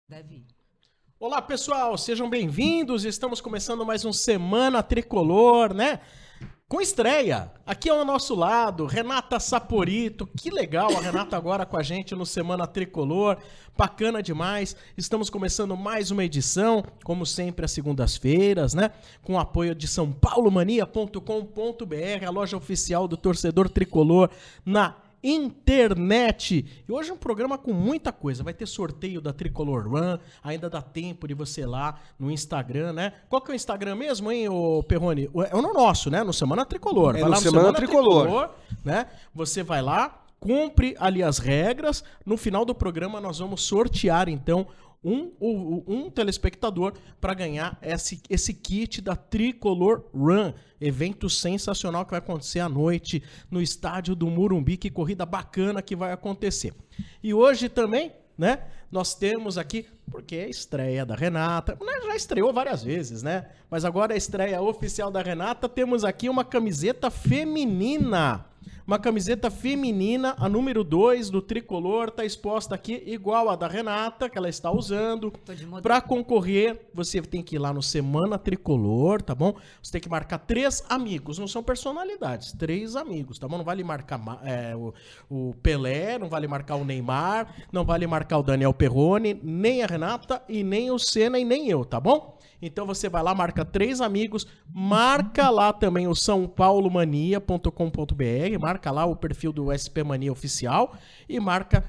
Deve ir. Olá, pessoal, sejam bem-vindos. Estamos começando mais um Semana Tricolor, né? Com estreia. Aqui ao nosso lado, Renata Saporito. Que legal a Renata agora com a gente no Semana Tricolor. Bacana demais. Estamos começando mais uma edição, como sempre, às segundas-feiras, né? Com o apoio de SãoPauloMania.com.br, a loja oficial do torcedor tricolor na internet. E hoje é um programa com muita coisa. Vai ter sorteio da Tricolor Run. Ainda dá tempo de você ir lá no Instagram, né? Qual que é o Instagram mesmo, hein, ô Perrone? É no nosso, né? No Semana Tricolor. É Vai no lá Semana Tricolor, né? Você vai lá, cumpre ali as regras. No final do programa nós vamos sortear, então, um telespectador para ganhar esse kit da Tricolor Run, evento sensacional que vai acontecer à noite no estádio do Morumbi. Que corrida bacana que vai acontecer. E hoje também, né, nós temos aqui, porque é a estreia da Renata, já estreou várias vezes, né, mas agora é a estreia oficial da Renata. Temos aqui uma camiseta feminina. Uma camiseta feminina, a número 2 do Tricolor, tá exposta aqui, igual a da Renata, que ela está usando. Para concorrer, você tem que ir lá no Semana Tricolor, tá bom? Você tem que marcar 3 amigos, não são personalidades, 3 amigos, tá bom? Não vale marcar o Pelé, não vale marcar o Neymar, não vale marcar o Daniel Perrone, nem a Renata, e nem o Senna, e nem eu, tá bom? Então você vai lá, marca 3 amigos, marca lá também o SãoPauloMania.com.br, marca lá o perfil do SP Mania Oficial e marca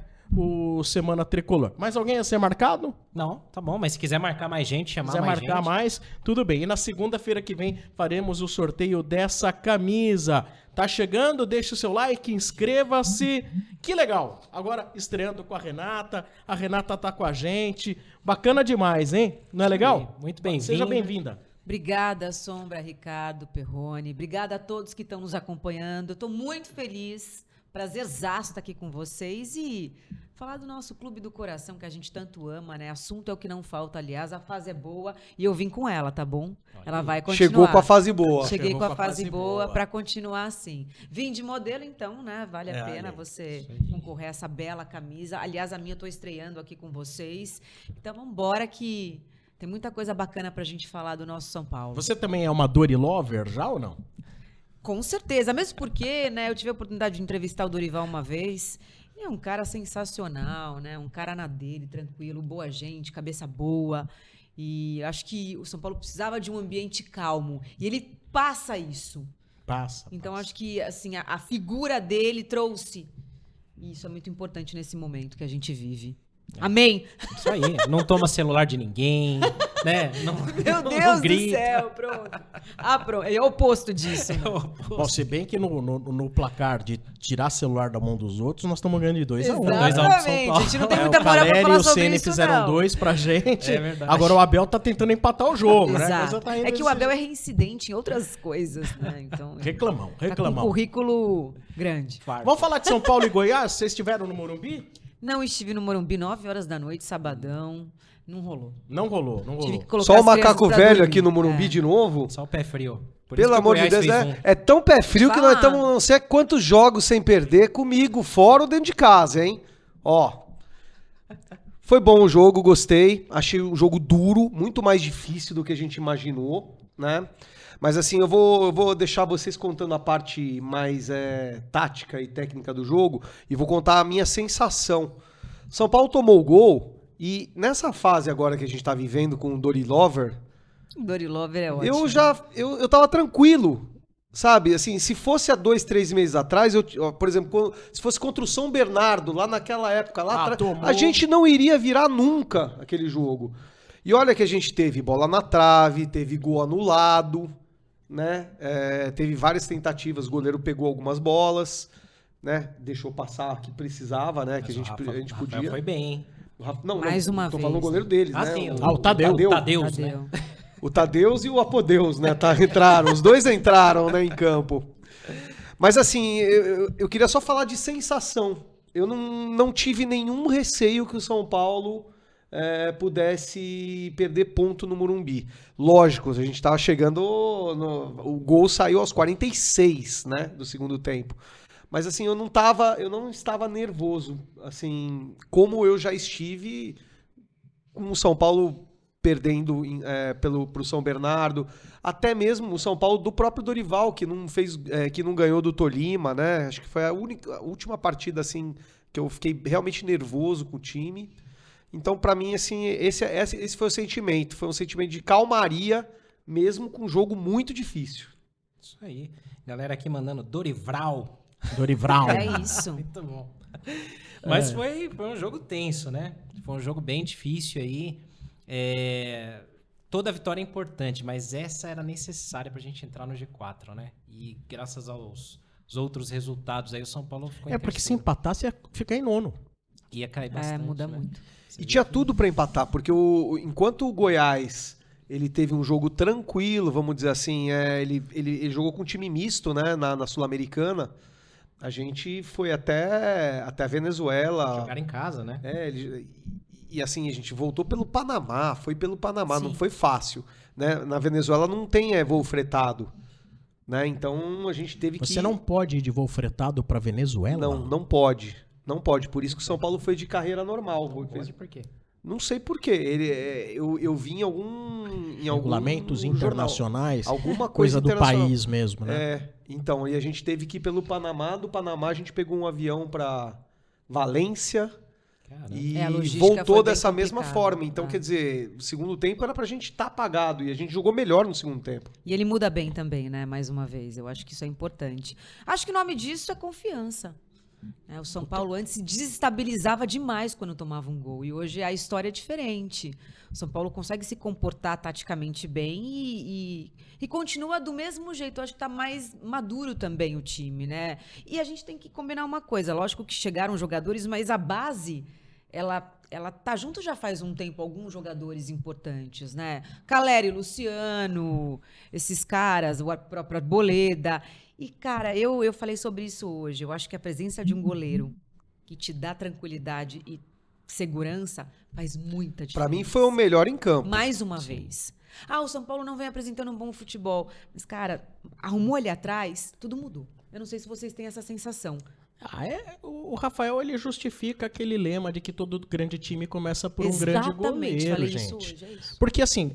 o Semana Tricolor. Mais alguém a ser marcado? Não, tá bom, mas se quiser marcar mais gente, chamar quiser mais marcar gente... mais, tudo bem. E na segunda-feira que vem faremos o sorteio dessa camisa. Tá chegando? Deixa o seu like, inscreva-se. Que legal! Agora estreando com a Renata tá com a gente. Bacana demais, hein? Não é legal? Muito bem-vinda. Seja bem-vinda. Obrigada, Sombra, Ricardo, Perrone. Obrigada a todos que estão nos acompanhando. Estou muito feliz, prazerzaço estar aqui com vocês e falar do nosso Clube do Coração, que a gente tanto ama, né? Assunto é o que não falta, aliás. A fase é boa e eu vim com ela, tá bom? Ela vai continuar. Chegou com a fase boa. Cheguei Chegou com a fase boa para continuar assim. Vim de modelo, então, né? Vale a pena você concorrer a essa bela camisa. Aliás, a minha eu estou estreando aqui com vocês. Então, vamos embora que tem muita coisa bacana pra gente falar do nosso São Paulo. Você também é uma Dori Lover já ou não? Com certeza, mesmo porque, né, eu tive a oportunidade de entrevistar o Dorival uma vez. Ele é um cara sensacional, né? Um cara na dele, tranquilo, boa gente, cabeça boa. E acho que o São Paulo precisava de um ambiente calmo. E ele passa isso. Então, acho que assim, a figura dele trouxe. E isso é muito importante nesse momento que a gente vive. Amém! Isso aí, não toma celular de ninguém, né? Não, Meu Deus do céu, pronto. Ah, pronto, é o oposto disso. Né? Bom, se bem que no placar de tirar celular da mão dos outros, nós estamos ganhando de 2-1. 2-1 pro São Exatamente, Paulo. a gente não tem muita O moral pra Caleri e falar o sobre Ceni isso, fizeram não. 2 pra gente. É verdade. Agora o Abel tá tentando empatar o jogo, né? A Exato. coisa tá indo É que o desse Abel é jeito. reincidente em outras coisas, né? Então, Reclamão. tá com um currículo grande. Vamos falar de São Paulo e Goiás? Vocês estiveram no Morumbi? Não estive no Morumbi 9 horas da noite, sabadão. Não rolou. Não rolou. Tive que colocar Só o as macaco crianças pra velho dormir. aqui no Morumbi de novo. Só o pé frio. Por Pelo isso que o amor de Goiás Deus, fez né? É tão pé frio que nós Fala. estamos não sei quantos jogos sem perder comigo, fora ou dentro de casa, hein? Ó. Foi bom o jogo, gostei. Achei um jogo duro, muito mais difícil do que a gente imaginou, né? Mas assim, eu vou deixar vocês contando a parte mais tática e técnica do jogo e vou contar a minha sensação. São Paulo tomou o gol e nessa fase agora que a gente tá vivendo com o Dori Lover, Dorilover é ótimo. eu tava tranquilo, sabe? Assim, se fosse há 2, 3 meses atrás, por exemplo, se fosse contra o São Bernardo, lá naquela época, lá atrás, a gente não iria virar nunca aquele jogo. E olha que a gente teve bola na trave, teve gol anulado, né? Teve várias tentativas, o goleiro pegou algumas bolas, né? Deixou passar que precisava, né? Que a gente podia. Foi bem, hein? Mais uma tô vez. falando o goleiro deles, Ah, né? sim, o Tadeu. Tadeus, né? Tadeu. O Tadeus e o Apodeus, né? Entraram, os dois entraram, né, em campo. Mas assim, eu queria só falar de sensação. Eu não tive nenhum receio que o São Paulo pudesse perder ponto no Morumbi. Lógico, a gente estava chegando... o gol saiu aos 46, né, do segundo tempo. Mas assim, eu não estava nervoso. Assim, como eu já estive com o São Paulo perdendo pro São Bernardo, até mesmo o São Paulo do próprio Dorival, que não ganhou do Tolima, né? Acho que foi a última partida assim que eu fiquei realmente nervoso com o time. Então, pra mim, assim, esse foi o sentimento. Foi um sentimento de calmaria, mesmo com um jogo muito difícil. Isso aí. Galera aqui mandando Dorival. Dorival. É isso. Muito bom. Mas foi um jogo tenso, né? Foi um jogo bem difícil aí. Toda vitória é importante, mas essa era necessária pra gente entrar no G4, né? E graças aos outros resultados aí, o São Paulo ficou em Porque se terceiro. empatasse ia ficar em nono. Ia cair bastante, Muda né? muito. E tinha tudo pra empatar, porque enquanto o Goiás ele teve um jogo tranquilo, vamos dizer assim, ele jogou com um time misto, né, na Sul-Americana, a gente foi até a Venezuela. Jogaram em casa, né? E assim, a gente voltou pelo Panamá, Sim. não foi fácil, né? Na Venezuela não tem voo fretado, né? Então a gente teve que... Você não pode ir de voo fretado pra Venezuela? Não pode. Não pode. Por isso que o São Paulo foi de carreira normal. Pode por quê? Não sei por quê. Eu vi em algum Regulamentos internacionais, jornal, alguma coisa do internacional. país mesmo, né? Então, e a gente teve que ir pelo Panamá. Do Panamá a gente pegou um avião pra Valência Caramba. e A logística voltou foi bem dessa mesma complicada. forma. Então, quer dizer, o segundo tempo era pra gente estar apagado e a gente jogou melhor no segundo tempo. E ele muda bem também, né? Mais uma vez. Eu acho que isso é importante. Acho que o nome disso é confiança. O São Paulo antes se desestabilizava demais quando tomava um gol. E hoje a história é diferente. O São Paulo consegue se comportar taticamente bem e continua do mesmo jeito. Eu acho que está mais maduro também o time, né? E a gente tem que combinar uma coisa. Lógico que chegaram jogadores, mas a base, ela tá junto já faz um tempo, alguns jogadores importantes, né? Caleri, Luciano, esses caras, o próprio Arboleda. E, cara, eu falei sobre isso hoje. Eu acho que a presença de um goleiro que te dá tranquilidade e segurança faz muita diferença. Pra mim foi o melhor em campo. Mais uma vez. O São Paulo não vem apresentando um bom futebol. Mas, cara, arrumou ali atrás, tudo mudou. Eu não sei se vocês têm essa sensação. O Rafael, ele justifica aquele lema de que todo grande time começa por um grande goleiro, falei gente. isso hoje, é isso. Porque, assim,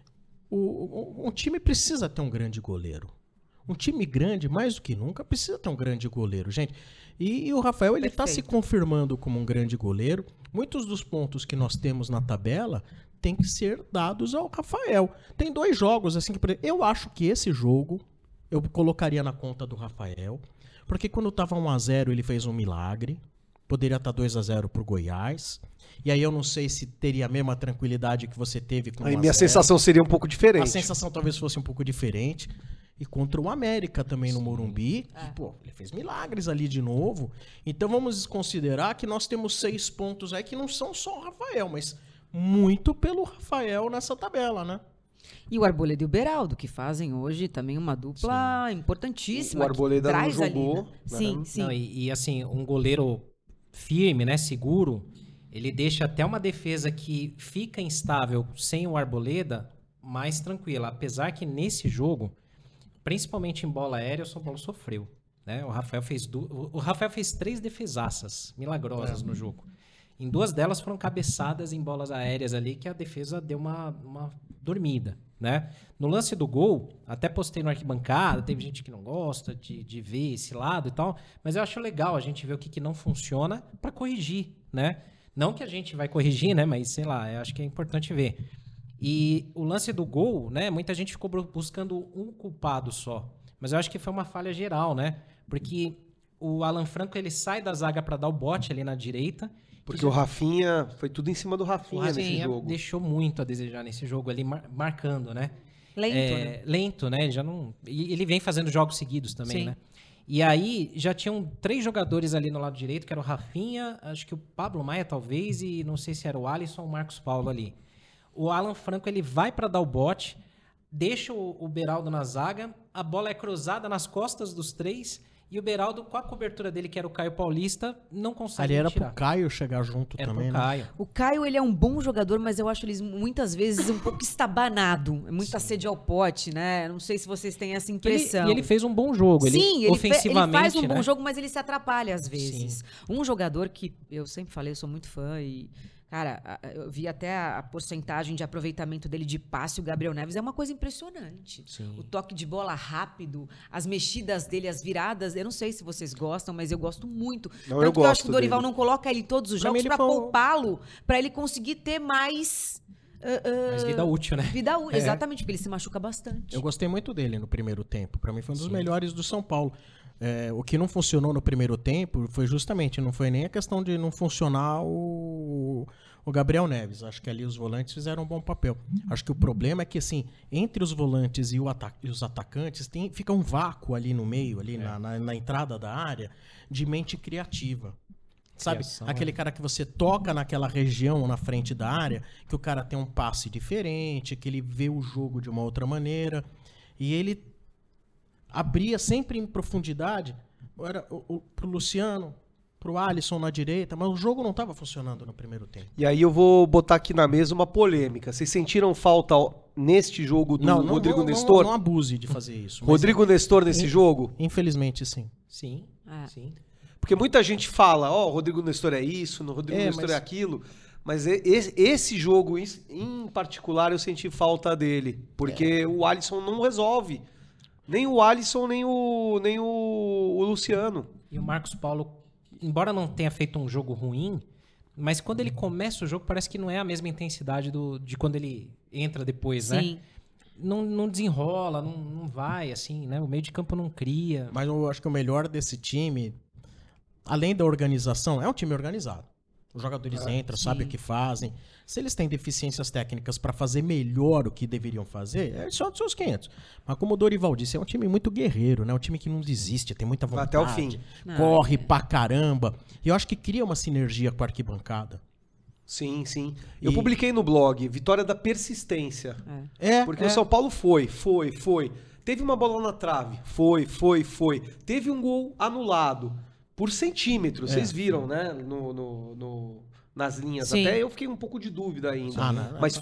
um time precisa ter um grande goleiro. Um time grande, mais do que nunca, precisa ter um grande goleiro, gente. E o Rafael, ele está se confirmando como um grande goleiro. Muitos dos pontos que nós temos na tabela têm que ser dados ao Rafael. Tem 2 jogos, assim, que eu acho que esse jogo eu colocaria na conta do Rafael. Porque quando estava 1-0, ele fez um milagre. Poderia estar 2-0 pro Goiás. E aí eu não sei se teria a mesma tranquilidade que você teve com o 1-0. Aí minha sensação seria um pouco diferente. A sensação talvez fosse um pouco diferente. E contra o América também no Morumbi. Ele fez milagres ali de novo. Então vamos considerar que nós temos 6 pontos aí que não são só o Rafael, mas muito pelo Rafael nessa tabela, né? E o Arboleda e o Beraldo, que fazem hoje também uma dupla importantíssima. O Arboleda que não traz ali, jogou, né? Sim, sim. Não, e assim, um goleiro firme, né, seguro, ele deixa até uma defesa que fica instável sem o Arboleda mais tranquila. Apesar que nesse jogo, principalmente em bola aérea, o São Paulo sofreu, né? O Rafael fez 3 defesaças milagrosas no jogo. Em 2 delas foram cabeçadas em bolas aéreas ali, que a defesa deu uma dormida, né? No lance do gol, até postei no arquibancada, teve gente que não gosta de ver esse lado e tal, mas eu acho legal a gente ver o que não funciona para corrigir, né? Não que a gente vai corrigir, né? Mas sei lá, eu acho que é importante ver. E o lance do gol, né? Muita gente ficou buscando um culpado só. Mas eu acho que foi uma falha geral, né? Porque o Alan Franco, ele sai da zaga para dar o bote ali na direita. Porque o Rafinha, foi tudo em cima do Rafinha nesse Rafinha jogo. deixou muito a desejar nesse jogo ali, marcando, né? Lento, né? Lento, né? Já não... E ele vem fazendo jogos seguidos também, Sim. né? E aí, já tinham 3 jogadores ali no lado direito, que era o Rafinha, acho que o Pablo Maia, talvez, e não sei se era o Alisson ou o Marcos Paulo ali. O Alan Franco, ele vai para dar o bote, deixa o Beraldo na zaga, a bola é cruzada nas costas dos 3, e o Beraldo, com a cobertura dele, que era o Caio Paulista, não consegue Ali era tirar. pro Caio chegar junto Era também, pro né? Caio. O Caio, ele é um bom jogador, mas eu acho ele muitas vezes um pouco estabanado. É muita sede ao pote, né? Não sei se vocês têm essa impressão. E ele fez um bom jogo. Sim, ele ofensivamente, faz um bom né? jogo, mas ele se atrapalha às vezes. Um jogador que eu sempre falei, eu sou muito fã e Cara, eu vi até a porcentagem de aproveitamento dele de passe, o Gabriel Neves, é uma coisa impressionante. Sim. O toque de bola rápido, as mexidas dele, as viradas, eu não sei se vocês gostam, mas eu gosto muito. Não, Tanto eu que eu acho gosto que o Dorival dele. não coloca ele em todos os Pra mim, jogos ele pra foi poupá-lo, pra ele conseguir ter mais... Mas vida útil, né? Vida útil, exatamente, porque ele se machuca bastante. Eu gostei muito dele no primeiro tempo. Pra mim foi um dos melhores do São Paulo. O que não funcionou no primeiro tempo foi justamente, não foi nem a questão de não funcionar o Gabriel Neves. Acho que ali os volantes fizeram um bom papel. Acho que o problema é que, assim, entre os volantes e os atacantes, fica um vácuo ali no meio, ali na entrada da área, de mente criativa. Sabe, Criação, aquele cara que você toca naquela região na frente da área, que o cara tem um passe diferente, que ele vê o jogo de uma outra maneira, e ele abria sempre em profundidade, era pro Luciano, pro Alisson na direita, mas o jogo não estava funcionando no primeiro tempo. E aí eu vou botar aqui na mesa uma polêmica. Vocês sentiram falta neste jogo do Rodrigo Nestor? Não abuse de fazer isso. mas Rodrigo Nestor nesse jogo? infelizmente, sim. Sim, É. sim. Porque muita gente fala, ó, Rodrigo Nestor é isso, no Rodrigo Nestor mas- é aquilo. Mas esse jogo em particular eu senti falta dele. Porque o Alisson não resolve. Nem o Alisson, nem o Luciano. E o Marcos Paulo, embora não tenha feito um jogo ruim, mas quando ele começa o jogo parece que não é a mesma intensidade de quando ele entra depois, né? Sim. Não desenrola, não vai, assim, né? O meio de campo não cria. Mas eu acho que o melhor desse time, além da organização, é um time organizado. Os jogadores entram, sabem o que fazem. Se eles têm deficiências técnicas para fazer melhor o que deveriam fazer, é só dos seus 500. Mas como o Dorival disse, é um time muito guerreiro, né? Um time que não desiste, tem muita Vai vontade. até o fim. Corre pra caramba. E eu acho que cria uma sinergia com a arquibancada. Sim, sim. Eu E- publiquei no blog, vitória da persistência. Porque É. o São Paulo foi. Teve uma bola na trave, foi. Teve um gol anulado por centímetros, vocês viram, né? Nas linhas. Sim. Até eu fiquei um pouco de dúvida ainda. Não. Mas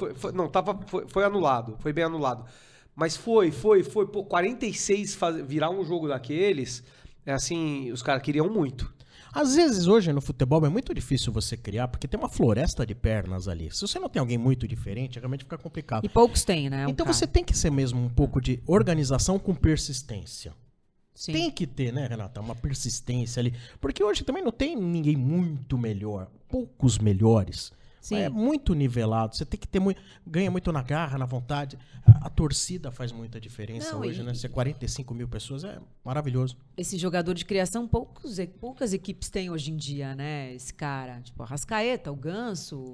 foi anulado, foi bem anulado. Mas foi. Pô, 46 virar um jogo daqueles, é assim, os caras queriam muito. Às vezes, hoje no futebol, é muito difícil você criar, porque tem uma floresta de pernas ali. Se você não tem alguém muito diferente, realmente fica complicado. E poucos têm, né? Então cara. você tem que ser mesmo um pouco de organização com persistência. Sim. Tem que ter, né, Renata? Uma persistência ali. Porque hoje também não tem ninguém muito melhor. Poucos melhores. Sim. É muito nivelado. Você tem que ter muito. Ganha muito na garra, na vontade. A torcida faz muita diferença Não, hoje, e- né? Ser 45 mil pessoas é maravilhoso. Esse jogador de criação, poucas equipes têm hoje em dia, né? Esse cara. Tipo, a Arrascaeta, o Ganso,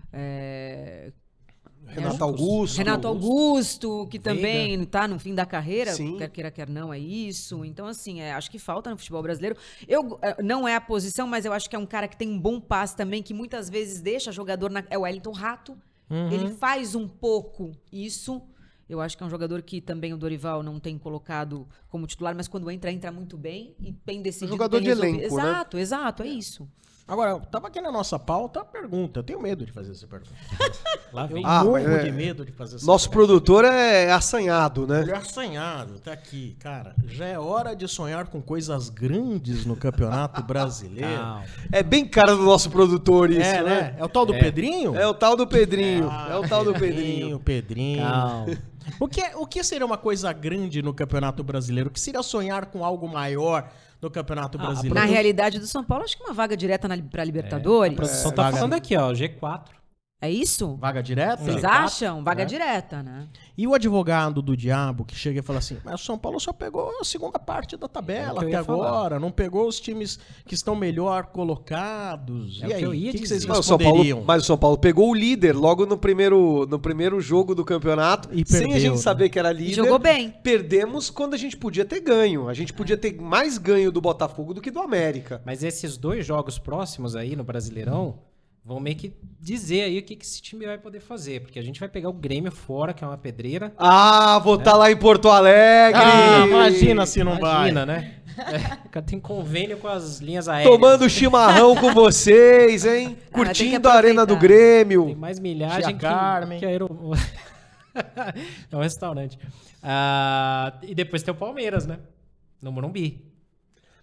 Renato Augusto. Renato Augusto, que Veiga. também tá no fim da carreira, Sim. quer queira, quer não, é isso. Então, assim, acho que falta no futebol brasileiro. Não é a posição, mas eu acho que é um cara que tem um bom passe também, que muitas vezes deixa jogador é o Wellington Rato. Ele faz um pouco isso. Eu acho que é um jogador que também o Dorival não tem colocado como titular, mas quando entra muito bem e tem decidido. jogador tem de resolvido. elenco, né? Exato, é isso. Agora, tava aqui na nossa pauta a pergunta. Eu tenho medo de fazer essa pergunta. Lá vem. Ah, Morro mas de medo de fazer essa Nosso produtor é assanhado, né? Ele é assanhado, tá aqui, cara. Já é hora de sonhar com coisas grandes no Campeonato Brasileiro. Não. É bem cara do nosso produtor isso, É, né? É o tal do Pedrinho? É o tal do Pedrinho. É o tal do Pedrinho. Pedrinho. Calma. O que seria uma coisa grande no Campeonato Brasileiro? O que seria sonhar com algo maior no Campeonato Brasileiro? Na realidade do São Paulo, acho que uma vaga direta pra Libertadores. A produção tá vaga- falando aqui, ó, G4. É isso? Vaga direta? Vocês G4, acham? Vaga né? direta, né? E o advogado do diabo que chega e fala assim, mas o São Paulo só pegou a segunda parte da É tabela o que eu até ia falar. agora, não pegou os times que estão melhor colocados. É e o aí, que eu ia o que vocês dizer. responderiam? Mas o São Paulo pegou o líder logo no primeiro jogo do campeonato, E sem a perdeu, gente né? saber que era líder. E jogou bem. Perdemos quando a gente podia ter ganho. A gente podia ter mais ganho do Botafogo do que do América. Mas esses dois jogos próximos aí no Brasileirão vão meio que dizer aí o que esse time vai poder fazer. Porque a gente vai pegar o Grêmio fora, que é uma pedreira. Ah, vou estar lá em Porto Alegre. Ah, imagina se não Imagina, vai. né? O cara tem convênio com as linhas aéreas. Tomando chimarrão com vocês, hein? tem que Curtindo a arena do aproveitar. Tem Grêmio. mais milhagem Tia Carmen. que é um restaurante. E depois tem o Palmeiras, né? No Morumbi.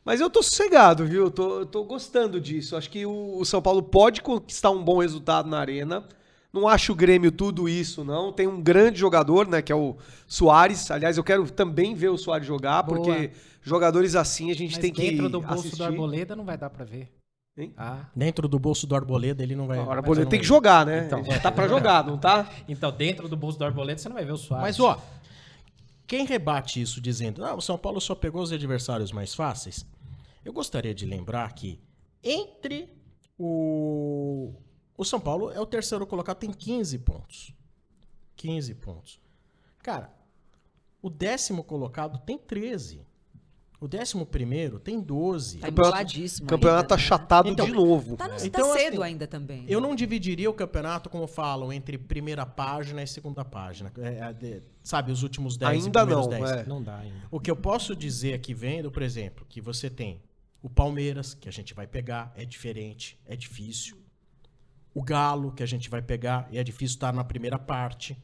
Mas eu tô sossegado, viu? Eu tô gostando disso. Acho que o São Paulo pode conquistar um bom resultado na Arena. Não acho o Grêmio tudo isso, não. Tem um grande jogador, né, que é o Soares. Aliás, eu quero também ver o Soares jogar, Boa. porque jogadores assim a gente Mas tem que dentro do bolso assistir. do Arboleda não vai dar pra ver. Hein? Dentro do bolso do Arboleda, ele não vai... Agora, mas eu não tem que vejo. jogar, né? Então. Tá pra jogar, não tá? Então, dentro do bolso do Arboleda, você não vai ver o Soares. Mas, ó, quem rebate isso dizendo, o São Paulo só pegou os adversários mais fáceis, eu gostaria de lembrar que entre o São Paulo é o terceiro colocado, tem 15 pontos. 15 pontos. Cara, o 10º colocado tem 13. O 11º tem 12. Tá Campeonato- emboladíssimo O campeonato ainda, tá né? achatado Então, de novo. Tá, Então, tá cedo assim, ainda também. Eu não dividiria o campeonato, como falam, entre primeira página e segunda página. Sabe, os últimos 10 e Ainda primeiros não, 10. é. Não dá ainda. O que eu posso dizer aqui vendo, por exemplo, que você tem o Palmeiras, que a gente vai pegar, é diferente, é difícil. O Galo, que a gente vai pegar, e é difícil estar na primeira parte.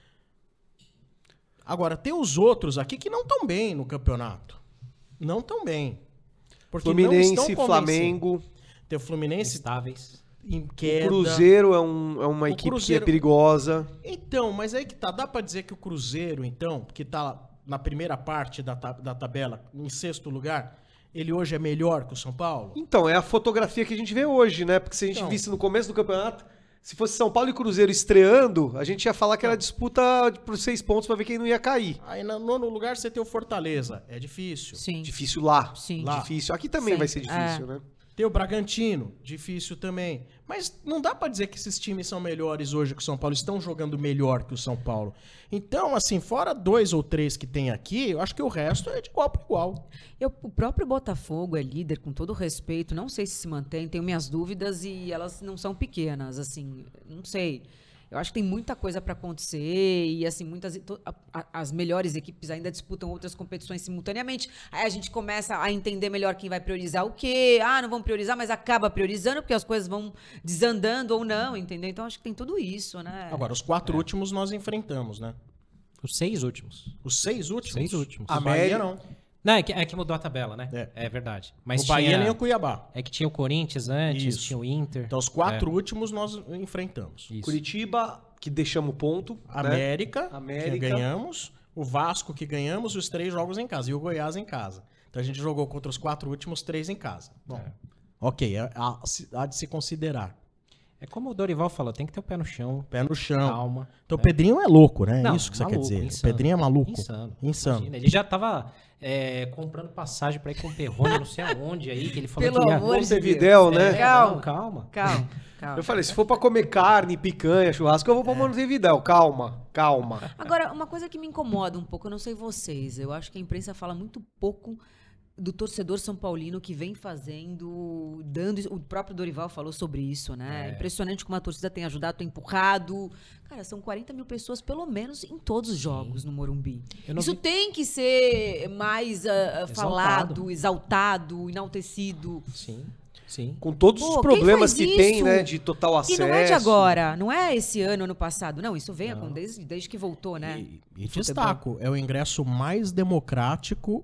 Agora, tem os outros aqui que não estão bem no campeonato. Não estão bem. Porque não Fluminense, estão convencendo. Flamengo, Tem o Fluminense Estáveis. em o queda. Cruzeiro é uma O equipe Cruzeiro- que é perigosa. Então, mas aí que tá. Dá pra dizer que o Cruzeiro, então, que tá na primeira parte da tabela, em sexto lugar, ele hoje é melhor que o São Paulo? Então, é a fotografia que a gente vê hoje, né? Porque se a gente Então. visse no começo do campeonato, se fosse São Paulo e Cruzeiro estreando, a gente ia falar que era disputa por 6 pontos pra ver quem não ia cair. Aí no nono lugar você tem o Fortaleza. É difícil. Sim. Difícil lá. Sim. Lá. Difícil. Aqui também Sempre. vai ser difícil, né? Tem o Bragantino. Difícil também. Mas não dá pra dizer que esses times são melhores hoje que o São Paulo. Estão jogando melhor que o São Paulo. Então, assim, fora 2 ou 3 que tem aqui, eu acho que o resto é de igual para igual. O próprio Botafogo é líder, com todo respeito. Não sei se mantém, tenho minhas dúvidas e elas não são pequenas, assim, não sei. Eu acho que tem muita coisa para acontecer e, assim, as melhores equipes ainda disputam outras competições simultaneamente. Aí a gente começa a entender melhor quem vai priorizar o quê. Não vamos priorizar, mas acaba priorizando porque as coisas vão desandando ou não, entendeu? Então acho que tem tudo isso, né? Agora, os 4 últimos nós enfrentamos, né? Os 6 últimos. Os 6 últimos? 6 últimos. A Bahia não. Não, é que mudou a tabela, né? É. É verdade. Mas o Bahia tinha, nem o Cuiabá. É que tinha o Corinthians antes, Isso. tinha o Inter. Então, os 4 últimos nós enfrentamos. Isso. Curitiba, que deixamos ponto. Né? América, América. que ganhamos. O Vasco, que ganhamos. E os 3 jogos em casa. E o Goiás em casa. Então, a gente jogou contra os 4 últimos, 3 em casa. Bom, ok. Há de se considerar. É como o Dorival falou, tem que ter o pé no chão, Pé no chão. calma. Então, o Pedrinho é louco, né? Não, Isso que você quer maluco, dizer. insano. O Pedrinho é maluco. Insano. Insano. Imagina, ele já tava comprando passagem pra ir com o Perrone, não sei aonde aí, que ele falou Pelo que ia... amor de Montevidéu, Deus. né? Calma. Não, calma. Calma. Eu falei, se for pra comer carne, picanha, churrasco, eu vou pra Montevidéu. Calma, calma. Agora, uma coisa que me incomoda um pouco, eu não sei vocês, eu acho que a imprensa fala muito pouco do torcedor são paulino que vem fazendo, o próprio Dorival falou sobre isso, né? Impressionante como a torcida tem ajudado, tem empurrado. Cara, são 40 mil pessoas, pelo menos, em todos os jogos no Morumbi. Eu não Isso vi- tem que ser mais falado, exaltado, enaltecido. Sim, sim. Com todos os Pô, quem problemas faz que tem, isso? né? De total E acesso. não é de agora, não é esse ano passado. Não, isso vem desde que voltou, né? E O futebol. destaco, é o ingresso mais democrático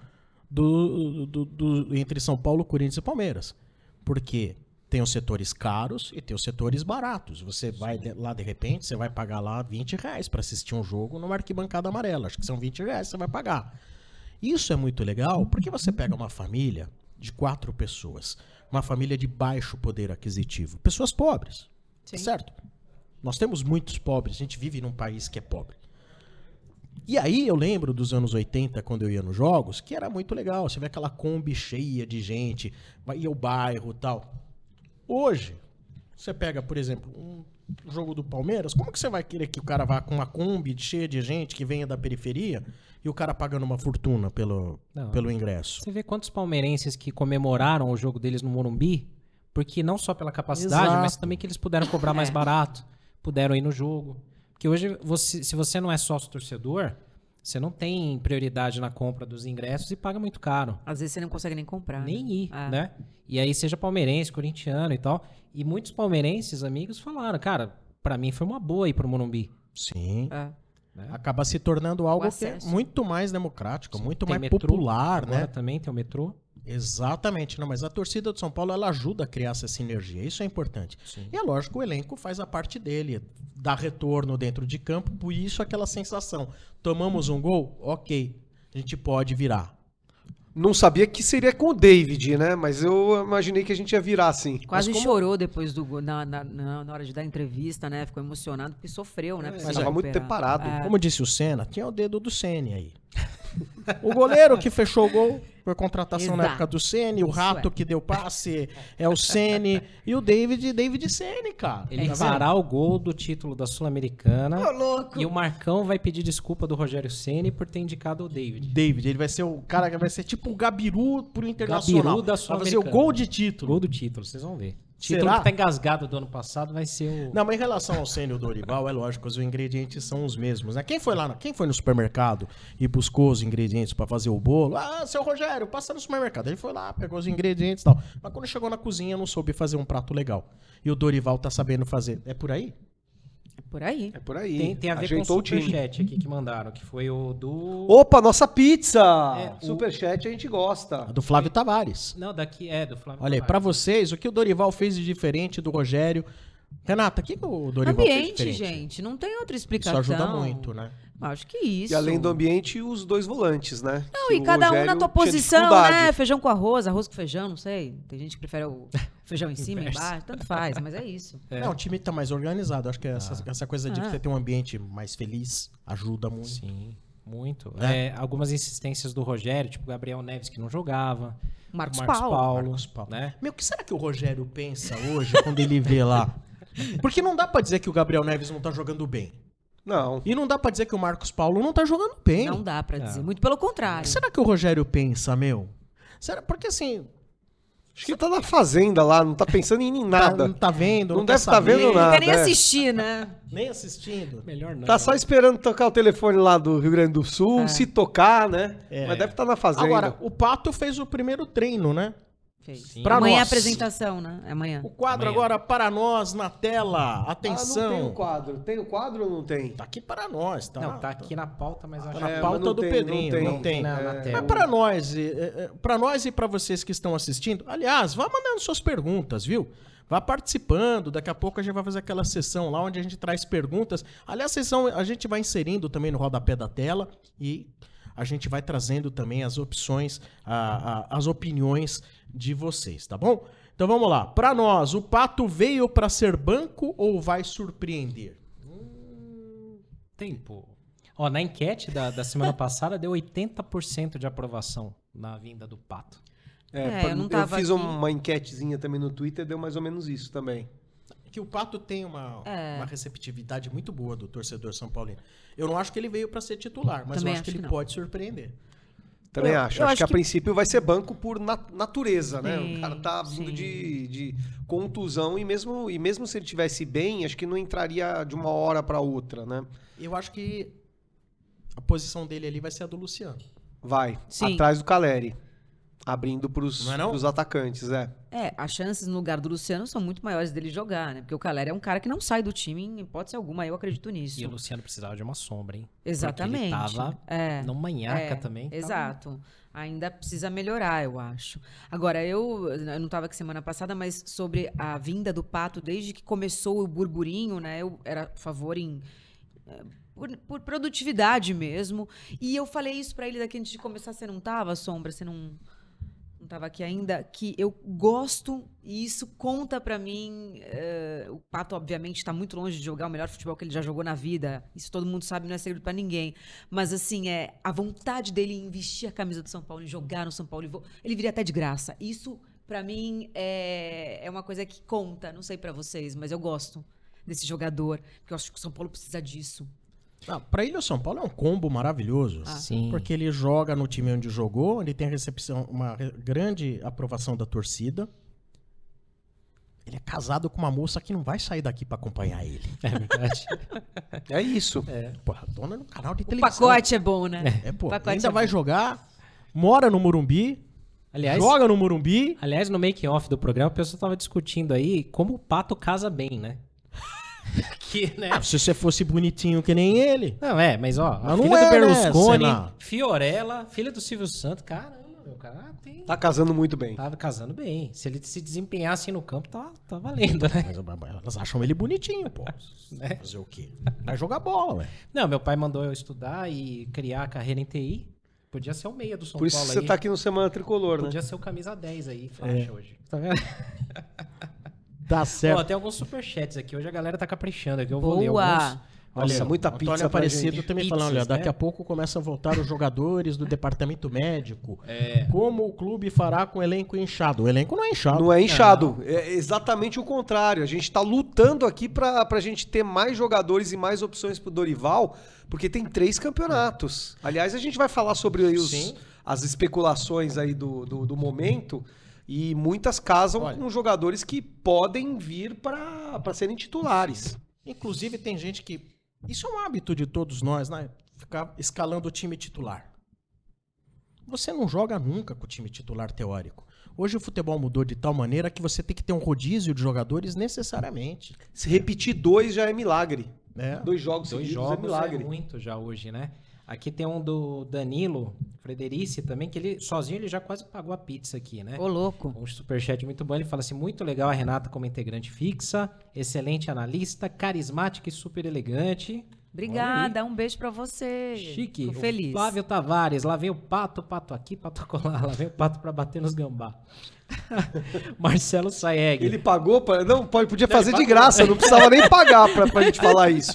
entre São Paulo, Corinthians e Palmeiras. Porque tem os setores caros e tem os setores baratos. Você vai lá, de repente, você vai pagar lá R$20 para assistir um jogo numa arquibancada amarela. Acho que são R$20 que você vai pagar. Isso é muito legal porque você pega uma família de 4 pessoas, uma família de baixo poder aquisitivo, pessoas pobres, Sim. certo? Nós temos muitos pobres, a gente vive num país que é pobre. E aí eu lembro dos anos 80, quando eu ia nos jogos, que era muito legal. Você vê aquela Kombi cheia de gente, ia ao bairro e tal. Hoje, você pega, por exemplo, um jogo do Palmeiras, como que você vai querer que o cara vá com uma Kombi cheia de gente que venha da periferia e o cara pagando uma fortuna pelo ingresso? Você vê quantos palmeirenses que comemoraram o jogo deles no Morumbi, porque não só pela capacidade, Exato. mas também que eles puderam cobrar mais barato, puderam ir no jogo. Porque hoje, se você não é sócio-torcedor, você não tem prioridade na compra dos ingressos e paga muito caro. Às vezes você não consegue nem comprar. Nem né? ir, É. né? E aí, seja palmeirense, corintiano e tal. E muitos palmeirenses, amigos, falaram, cara, pra mim foi uma boa ir pro Morumbi. Sim. É. Acaba se tornando algo que é acesso. muito mais democrático, muito Tem mais metrô, popular, agora né? também tem o metrô. Exatamente, não, mas a torcida do São Paulo ela ajuda a criar essa sinergia, isso é importante. Sim. E é lógico, o elenco faz a parte dele, dá retorno dentro de campo, por isso aquela sensação. Tomamos um gol? Ok, a gente pode virar. Não sabia que seria com o David, né? Mas eu imaginei que a gente ia virar assim. Quase chorou depois do gol, na hora de dar entrevista, né? Ficou emocionado porque sofreu, né? pra Mas se tava muito recuperar. tempo parado. É. Como disse o Senna, tinha o dedo do Ceni aí. O goleiro que fechou o gol foi contratação na Exato. época do Ceni, o Isso Rato é. que deu passe é o Ceni e o David Ceni, cara. Ele Tá fará o gol do título da Sul-Americana. Ô, louco! E o Marcão vai pedir desculpa do Rogério Ceni por ter indicado o David. David, ele vai ser o cara que vai ser tipo o Gabiru pro Internacional. Gabiru da Vai fazer o Sul-Americana. gol de título. Gol do título, vocês vão ver. Será? Título que tá engasgado do ano passado vai ser o... Não, mas em relação ao Ceni e o Dorival, é lógico, os ingredientes são os mesmos, né? Quem foi no supermercado e buscou os ingredientes pra fazer o bolo? Ah, seu Rogério, passa no supermercado. Ele foi lá, pegou os ingredientes e tal. Mas quando chegou na cozinha, não soube fazer um prato legal. E o Dorival tá sabendo fazer. É por aí? É por aí. É por aí. Tem a ver com o Ajeitou o time. superchat aqui que mandaram, que foi o do... Opa, nossa pizza! É, Superchat a gente gosta. A do Flávio Tavares. Não, daqui do Flávio Olha aí, Tavares. pra vocês, o que o Dorival fez de diferente do Rogério? Renata, o que o Dorival fez Ambiente, diferente? gente. Não tem outra Isso explicação. ajuda muito, né? Acho que isso. E além do ambiente, os dois volantes, né? Não, Que e o cada um Rogério na tua tinha posição, dificuldade. né? Feijão com arroz, arroz com feijão, não sei. Tem gente que prefere o feijão em cima, embaixo. Tanto faz, mas é isso. Não, o time tá mais organizado. Acho que essa coisa de Ah. você ter um ambiente mais feliz ajuda muito. Sim, muito. É. Algumas insistências do Rogério, tipo o Gabriel Neves que não jogava. Marcos o Marcos Paulo. Paulo. Marcos Paulo. Né? Meu, o que será que o Rogério pensa hoje quando ele vê lá? Porque não dá pra dizer que o Gabriel Neves não tá jogando bem. Não. E não dá pra dizer que o Marcos Paulo não tá jogando bem. Não dá pra É. dizer. Muito pelo O contrário. que será que o Rogério pensa, meu? Será? Porque assim, Acho que ele tá na fazenda lá, não tá pensando em nada. não tá vendo, Não quer deve tá vendo saber, Não nada. quer nem é. assistir, né? nem assistindo. Melhor não. Tá só esperando tocar o telefone lá do Rio Grande do Sul, se tocar, né? É. Mas deve estar na fazenda. Agora, o Pato fez o primeiro treino, né? Fez. Sim. Pra Amanhã é a nós. apresentação, né? É amanhã. O quadro Amanhã. agora para nós na tela. Atenção. não tem o quadro. Tem o quadro ou não tem? Tá aqui para nós, tá? Não, tá aqui na pauta, mas acho na É, pauta mas não do tem, Pedrinho, não não tem. na É, tela. Mas para nós e para vocês que estão assistindo, aliás, vá mandando suas perguntas, viu? Vá participando, daqui a pouco a gente vai fazer aquela sessão lá onde a gente traz perguntas. Aliás, a gente vai inserindo também no rodapé da tela e a gente vai trazendo também as opções, as opiniões de vocês, tá bom? Então vamos lá. Para nós, o Pato veio para ser banco ou vai surpreender? Tempo. Ó, na enquete da semana passada deu 80% de aprovação na vinda do Pato. Eu não tava fiz aqui. uma enquetezinha também no Twitter, deu mais ou menos isso também. Que o Pato tem uma receptividade muito boa do torcedor São Paulino. Eu não acho que ele veio para ser titular, mas Também eu acho que acho ele que não. pode surpreender. Também Eu acho. acho Acho que a que- princípio vai ser banco por natureza, né? Sim, O cara tá vindo sim. de contusão e mesmo se ele tivesse bem, acho que não entraria de uma hora para outra, né? Eu acho que a posição dele ali vai ser a do Luciano. Vai, Sim. atrás do Caleri. Abrindo pros, Não é não? pros atacantes, é. As chances no lugar do Luciano são muito maiores dele jogar, né? Porque o Caleri é um cara que não sai do time em hipótese alguma, eu acredito nisso. E o Luciano precisava de uma sombra, hein? Exatamente. Porque ele tava no manhaca também. tava- Exato. Ainda precisa melhorar, eu acho. Agora, eu não estava aqui semana passada, mas sobre a vinda do Pato, desde que começou o burburinho, né? Eu era a favor por produtividade mesmo. E eu falei isso para ele daqui antes de começar. Você não tava, Sombra? Você não estava aqui ainda? Que eu gosto e isso conta para mim. O Pato, obviamente, está muito longe de jogar o melhor futebol que ele já jogou na vida. Isso todo mundo sabe, não é segredo para ninguém. Mas, assim, a vontade dele em vestir a camisa do São Paulo, em jogar no São Paulo, ele viria até de graça. Isso, para mim, é uma coisa que conta. Não sei para vocês, mas eu gosto desse jogador, porque eu acho que o São Paulo precisa disso. Para ele, o São Paulo é um combo maravilhoso. Sim. Porque ele joga no time onde jogou, ele tem uma grande aprovação da torcida. Ele é casado com uma moça que não vai sair daqui para acompanhar ele. É verdade. É isso. Porra, dona no canal de O televisão. pacote é bom, né? Pô, pacote ainda é vai bom. jogar, mora no Morumbi, Aliás, joga no Morumbi. aliás, no making-off do programa, o pessoal tava discutindo aí como o Pato casa bem, né? Que, né? Se você fosse bonitinho que nem ele. Não, mas ó, a Mas não filha é, do Berlusconi, né, Senna? Fiorella, filha do Silvio Santos, caramba, O cara tem... Tá casando muito bem. Tava casando bem. Se ele se desempenhasse no campo, tá valendo, né? Mas elas acham ele bonitinho, pô. Né? Fazer o quê? Vai jogar bola, ué. Não, meu pai mandou eu estudar e criar a carreira em TI. Podia ser o meia do São Por isso Paulo que você aí. tá aqui no Semana Tricolor, né? Podia ser o camisa 10 aí, faixa hoje. Tá vendo? Tá certo. Ó, tem alguns superchats aqui. Hoje a galera tá caprichando aqui. Eu vou ler Boa! alguns. Nossa, Olha, muita Antônio pizza pra Aparecido gente. também Pizzas, falando, olha, daqui né? a pouco começam a voltar os jogadores do departamento médico. Como o clube fará com o elenco inchado? O elenco não é inchado. Não é inchado, é exatamente o contrário. A gente tá lutando aqui pra gente ter mais jogadores e mais opções pro Dorival, porque tem 3 campeonatos. Aliás, a gente vai falar sobre aí Sim. as especulações aí do momento, e muitas casam Olha. com jogadores que podem vir pra serem titulares. Inclusive tem gente que... Isso é um hábito de todos nós, né? Ficar escalando o time titular. Você não joga nunca com o time titular teórico. Hoje o futebol mudou de tal maneira que você tem que ter um rodízio de jogadores necessariamente. Se repetir 2 já é milagre. Né? 2 jogos 2 seguidos jogos é milagre. é muito já hoje, né? Aqui tem um do Danilo Frederici também, que ele sozinho ele já quase pagou a pizza aqui, né? Ô, louco. Um superchat muito bom. Ele fala assim: muito legal a Renata como integrante fixa, excelente analista, carismática e super elegante. Obrigada, um beijo pra você. Chique. Fico O feliz. Flávio Tavares, lá vem o pato aqui, pato colar, lá vem o pato pra bater nos gambá. Marcelo Saeg. Ele pagou para não podia fazer ele de pagou. graça, não precisava nem pagar pra gente falar isso.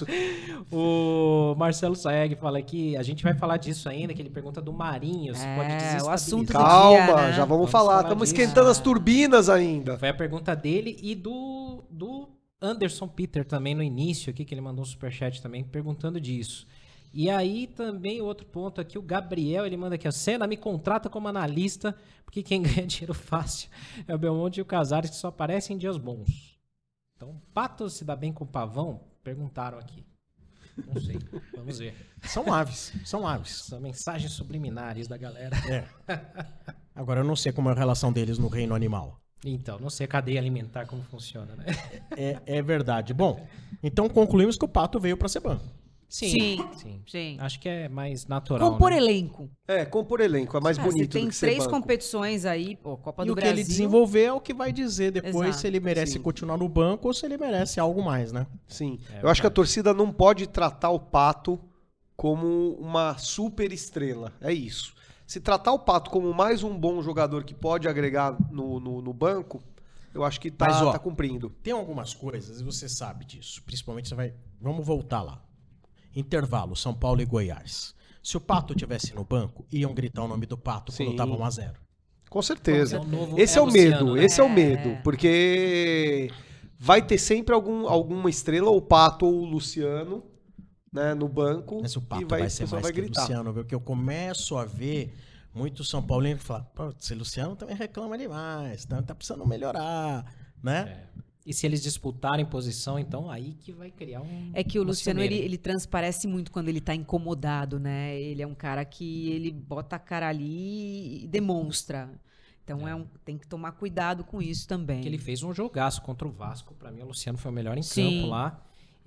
O Marcelo Saeg fala que a gente vai falar disso ainda, que ele pergunta do Marinho, se pode desestabilizar. o assunto do Calma, dia, né? já vamos Vamos falar. falar Estamos disso. esquentando as turbinas ainda. Foi a pergunta dele e do Anderson Peter também no início aqui, que ele mandou um superchat também perguntando disso. E aí também outro ponto aqui, o Gabriel, ele manda aqui, ó, Senna me contrata como analista, porque quem ganha dinheiro fácil é o Belmonte e o Casares, que só aparecem em dias bons. Então, Pato se dá bem com o Pavão? Perguntaram aqui. Não sei, vamos ver. São aves, são aves. São mensagens subliminares da galera. Agora eu não sei como é a relação deles no reino animal. Então, não sei a cadeia alimentar como funciona, né? É verdade. Bom, então concluímos que o Pato veio pra ser banco. Sim. Sim. Acho que é mais natural, Compor né? elenco. Compor elenco, é mais Cara, bonito você tem do que ser 3 banco. competições aí, pô, Copa E do o que Brasil. ele desenvolver é o que vai dizer depois Exato. se ele merece Sim. continuar no banco ou se ele merece algo mais, né? Sim, eu acho que a torcida não pode tratar o Pato como uma super estrela, é isso. Se tratar o Pato como mais um bom jogador que pode agregar no banco, eu acho que Mas, ó, tá cumprindo. Tem algumas coisas, e você sabe disso. Principalmente você vai... Vamos voltar lá. Intervalo, São Paulo e Goiás. Se o Pato tivesse no banco, iam gritar o nome do Pato Sim. quando tava 1-0. Com certeza. É o novo- Esse é é o Luciano, medo, né? esse é o medo, porque vai ter sempre alguma estrela, ou o Pato ou o Luciano, né, no banco. Mas o Pato e vai ser o pessoal mais que o gritar. Luciano, viu? Que eu começo a ver muito São Paulino que fala, pô, esse Luciano também reclama demais, tá precisando melhorar, né? E se eles disputarem posição, então aí que vai criar um... É que o uma Luciano, ciumeira. ele transparece muito quando ele tá incomodado, né? Ele é um cara que ele bota a cara ali e demonstra. Então tem que tomar cuidado com isso também. Que ele fez um jogaço contra o Vasco. Pra mim, o Luciano foi o melhor em Sim. campo lá.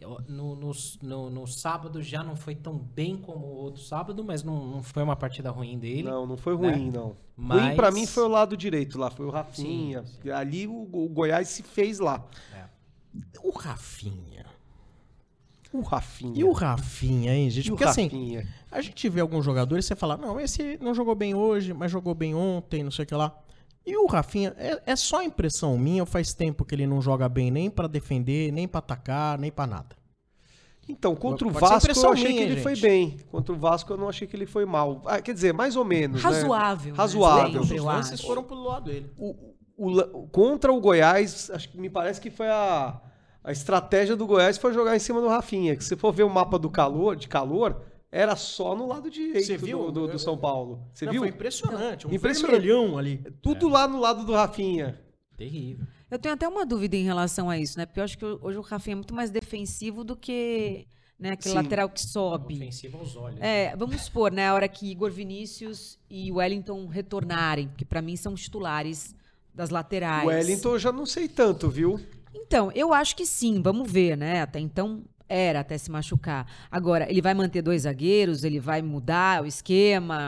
No sábado já não foi tão bem como o outro sábado, mas não foi uma partida ruim dele. Não foi ruim, não. Mas- Ruim pra mim foi o lado direito lá, foi o Rafinha. Sim. Ali o Goiás se fez lá. O Rafinha. O Rafinha. E o Rafinha, hein, gente? E o Porque assim, Rafinha? a gente vê alguns jogadores e você fala, não, esse não jogou bem hoje, mas jogou bem ontem, não sei o que lá. E o Rafinha, é só impressão minha, ou faz tempo que ele não joga bem nem pra defender, nem pra atacar, nem pra nada? Então, contra o Pode ser Vasco eu impressão achei minha, que ele gente. foi bem. Contra o Vasco eu não achei que ele foi mal. Quer dizer, mais ou menos, Razoável. né? né? Razoável. Sempre, Os eu lances acho. foram pro lado dele. Contra o Goiás, acho que me parece que foi a estratégia do Goiás foi jogar em cima do Rafinha. Que se for ver o mapa de calor, era só no lado direito Você viu? do São Paulo. Você Não, viu? Foi impressionante. Um Impressionante. vermelhão ali. Tudo lá no lado do Rafinha. Terrível. Eu tenho até uma dúvida em relação a isso, né? Porque eu acho que hoje o Rafinha é muito mais defensivo do que, né, aquele Sim. lateral que sobe. Ofensivo aos olhos. Vamos supor, né, a hora que Igor Vinícius e Wellington retornarem, porque pra mim são os titulares das laterais. O Wellington eu já não sei tanto, viu? Então, eu acho que sim, vamos ver, né? Até então até se machucar. Agora, ele vai manter 2 zagueiros, ele vai mudar o esquema.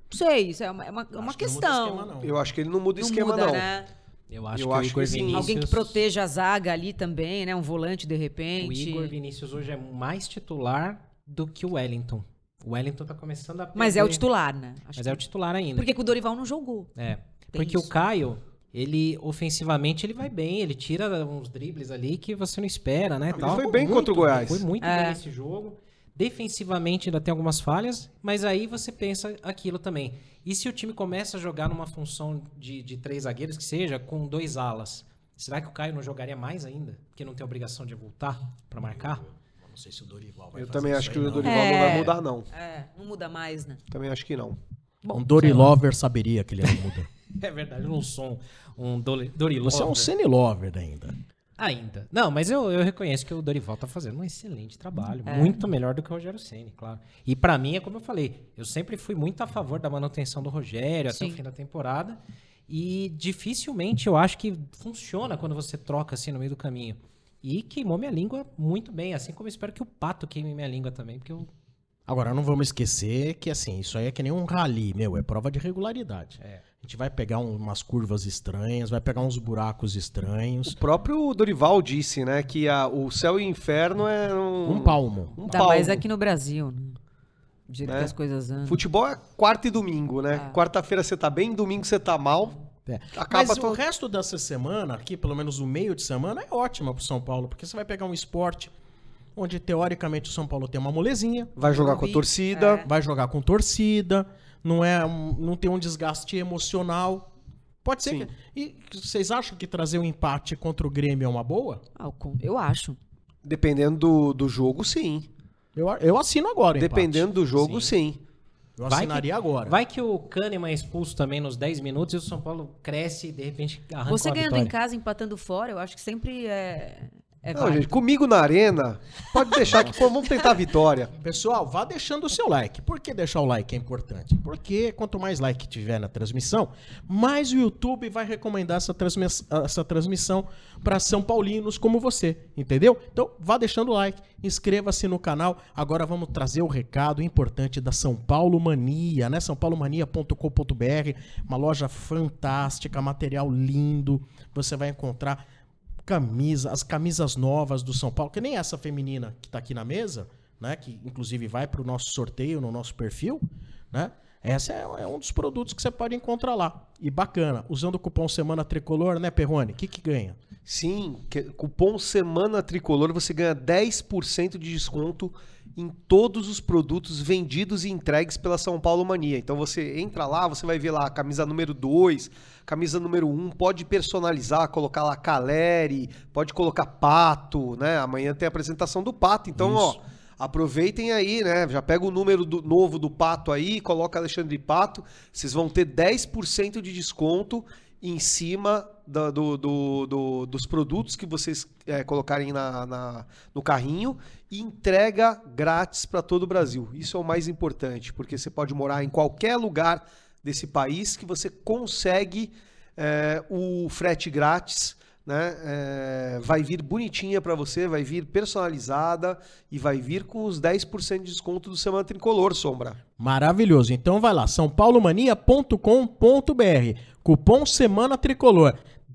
Não sei, isso é uma Acho que não muda questão. esquema, não. Eu acho que ele não muda o Não esquema, muda, não. né? Eu acho Eu que o acho Igor que sim. Vinícius... Alguém que proteja a zaga ali também, né? Um volante de O repente. Igor Vinícius hoje é mais titular do que o Wellington. O Wellington tá começando a perder. Mas é o titular, né? Mas é o titular ainda. Porque que o Dorival não jogou. É. Tem Porque isso. o Caio, ele ofensivamente ele vai bem, ele tira uns dribles ali que você não espera, né? Ele tal. foi bem contra o Goiás. Foi muito É. bem nesse jogo. Defensivamente ainda tem algumas falhas, mas aí você pensa aquilo também. E se o time começa a jogar numa função de 3 zagueiros, que seja, com 2 alas, será que o Caio não jogaria mais ainda? Porque não tem obrigação de voltar pra marcar? Não sei se o Dorival vai Eu fazer também isso acho que aí, o não. Dorival não vai mudar, não. Não muda mais, né? Também acho que não. Um Dorilover saberia que ele não muda. É verdade, eu não sou um Dorilover. Você é um Senilover ainda. Ainda. Não, mas eu reconheço que o Dorival tá fazendo um excelente trabalho. Muito melhor do que o Rogério Ceni, claro. E pra mim, é como eu falei, eu sempre fui muito a favor da manutenção do Rogério até o Sim. fim da temporada. E dificilmente eu acho que funciona quando você troca assim no meio do caminho. E queimou minha língua muito bem, assim como eu espero que o Pato queime minha língua também, porque eu... Agora, não vamos esquecer que, assim, isso aí é que nem um rally, meu, é prova de regularidade. É. A gente vai pegar umas curvas estranhas, vai pegar uns buracos estranhos. O próprio Dorival disse, né, que o céu e o inferno é Um palmo. Um Ainda palmo. mais aqui no Brasil, né? Do jeito Né? que as coisas andam. Futebol é quarta e domingo, né? Quarta-feira você tá bem, domingo você tá mal. É. Acaba Mas o tudo. resto dessa semana, aqui, pelo menos o meio de semana, é ótima pro São Paulo, porque você vai pegar um esporte onde, teoricamente, o São Paulo tem uma molezinha, Vai jogar com a vi. torcida. vai jogar com torcida, não tem um desgaste emocional. Pode ser Sim. E vocês acham que trazer um empate contra o Grêmio é uma boa? Eu acho. Dependendo do jogo, sim. Eu assino agora o empate. Dependendo do jogo, sim. Eu Vai assinaria agora. Vai que o Kahneman é expulso também nos 10 minutos e o São Paulo cresce e de repente arranca Você uma ganhando vitória. em casa, empatando fora, eu acho que sempre é Não, válido. gente, comigo na arena, pode deixar que vamos tentar a vitória. Pessoal, vá deixando o seu like. Por que deixar o like é importante? Porque quanto mais like tiver na transmissão, mais o YouTube vai recomendar essa transmissão para São Paulinos como você, entendeu? Então, vá deixando o like, inscreva-se no canal. Agora vamos trazer o recado importante da São Paulo Mania, né? sãopaulomania.com.br, uma loja fantástica, material lindo. Você vai encontrar as camisas novas do São Paulo, que nem essa feminina que tá aqui na mesa, né? Que inclusive vai pro nosso sorteio no nosso perfil, né? Essa é um dos produtos que você pode encontrar lá. E bacana, usando o cupom Semana Tricolor, né, Perrone? O que ganha? Sim, cupom Semana Tricolor, você ganha 10% de desconto em todos os produtos vendidos e entregues pela São Paulo Mania. Então você entra lá, você vai ver lá a camisa número 2, camisa número 1, pode personalizar, colocar lá Caleri, pode colocar Pato, né? Amanhã tem a apresentação do Pato, então, Isso. ó, aproveitem aí, né? Já pega o número novo do Pato aí, coloca Alexandre Pato, vocês vão ter 10% de desconto em cima dos produtos que vocês colocarem no carrinho e entrega grátis para todo o Brasil. Isso é o mais importante, porque você pode morar em qualquer lugar desse país que você consegue o frete grátis, né? Vai vir bonitinha para você, vai vir personalizada e vai vir com os 10% de desconto do Semana Tricolor, Sombra. Maravilhoso. Então vai lá, sãopaulomania.com.br, cupom Semana Tricolor,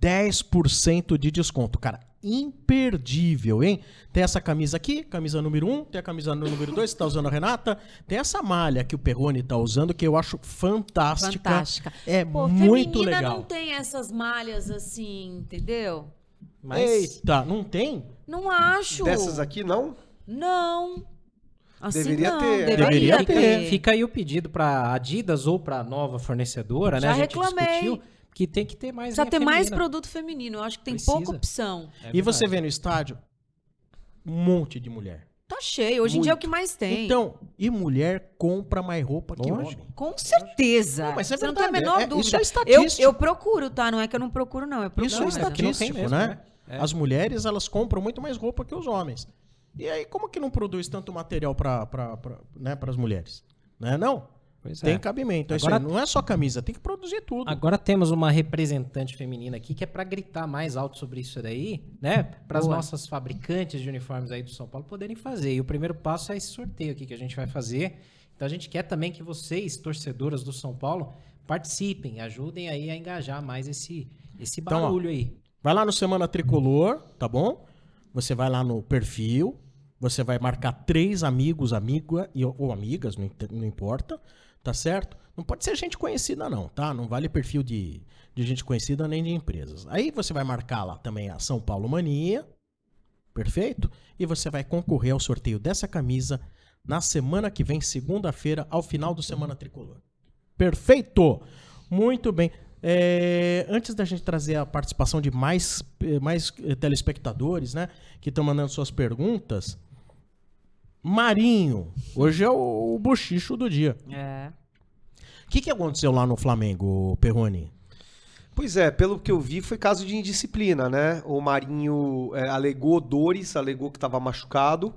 10% de desconto, cara. Imperdível, hein? Tem essa camisa aqui, camisa número 1, tem a camisa número 2, que tá usando a Renata, tem essa malha que o Perrone tá usando, que eu acho fantástica. Fantástica. É Pô, muito feminina legal. não tem essas malhas assim, entendeu? Mas Eita, não tem? Não acho. Dessas aqui, não? Não. Assim Deveria não. ter. Deveria ter. fica aí o pedido pra Adidas ou pra nova fornecedora, Já né? A gente reclamei. discutiu que tem que ter mais Precisa linha ter mais feminina. produto feminino. Eu acho que tem Precisa. pouca opção. É E você verdade. vê no estádio um monte de mulher. Tá cheio. Hoje em dia é o que mais tem. Então, e mulher compra mais roupa que Lógico. homem. Com certeza. Não, mas é você não tem a verdade, menor isso dúvida. é estatístico. Eu procuro, tá? Não é que eu não procuro, não. Eu procuro. Isso é mas aqui não tem estatístico, mesmo, né? né? É. As mulheres, elas compram muito mais roupa que os homens. E aí, como que não produz tanto material para as mulheres? Né, não? Pois Tem é. cabimento. É isso Agora- aí. Não é só camisa, tem que produzir tudo. Agora temos uma representante feminina aqui que é pra gritar mais alto sobre isso daí, né? Para as Boa. nossas fabricantes de uniformes aí do São Paulo poderem fazer. E o primeiro passo é esse sorteio aqui que a gente vai fazer. Então a gente quer também que vocês, torcedoras do São Paulo, participem, ajudem aí a engajar mais esse Então, barulho aí. Vai lá no Semana Tricolor, tá bom? Você vai lá no perfil, você vai marcar 3 amigos, amiga ou amigas, não importa, tá certo? Não pode ser gente conhecida não, tá? Não vale perfil de gente conhecida nem de empresas. Aí você vai marcar lá também a São Paulo Mania, perfeito? E você vai concorrer ao sorteio dessa camisa na semana que vem, segunda-feira, ao final do Semana Tricolor. Perfeito! Muito bem. Antes da gente trazer a participação de mais telespectadores, né, que estão mandando suas perguntas, Marinho, hoje é o bochicho do dia. O que aconteceu lá no Flamengo, Perrone? Pois é, pelo que eu vi, foi caso de indisciplina, né? O Marinho alegou dores, alegou que estava machucado.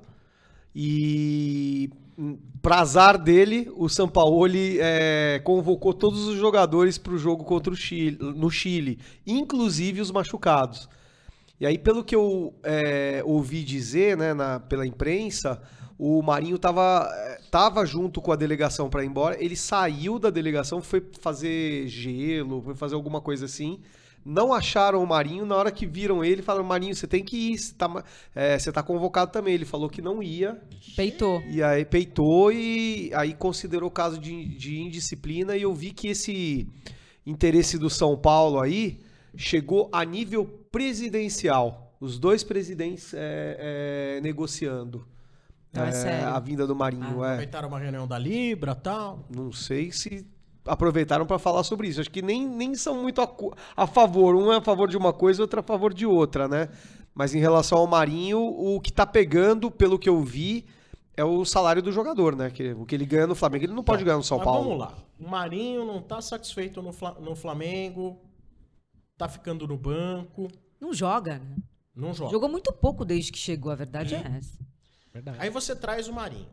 E, para azar dele, o Sampaoli convocou todos os jogadores para o jogo contra o Chile, no Chile, inclusive os machucados. E aí, pelo que eu ouvi dizer, né, pela imprensa, o Marinho tava junto com a delegação para ir embora. Ele saiu da delegação, foi fazer gelo, foi fazer alguma coisa assim. Não acharam o Marinho. Na hora que viram ele, falaram: Marinho, você tem que ir, você tá convocado também. Ele falou que não ia. Peitou. E aí peitou e aí considerou caso de indisciplina. E eu vi que esse interesse do São Paulo aí chegou a nível presidencial. Os 2 presidentes negociando sério? a vinda do Marinho. Aproveitaram uma reunião da Libra e tal. Não sei se aproveitaram para falar sobre isso. Acho que nem são muito a favor. Um é a favor de uma coisa, outro é a favor de outra, né? Mas em relação ao Marinho, o que tá pegando, pelo que eu vi, é o salário do jogador, né? O que ele ganha no Flamengo, ele não pode ganhar no São Paulo. Vamos lá. O Marinho não tá satisfeito no Flamengo, tá ficando no banco. Não joga, né? Não joga. Jogou muito pouco desde que chegou, a verdade é essa. Verdade. Aí você traz o Marinho.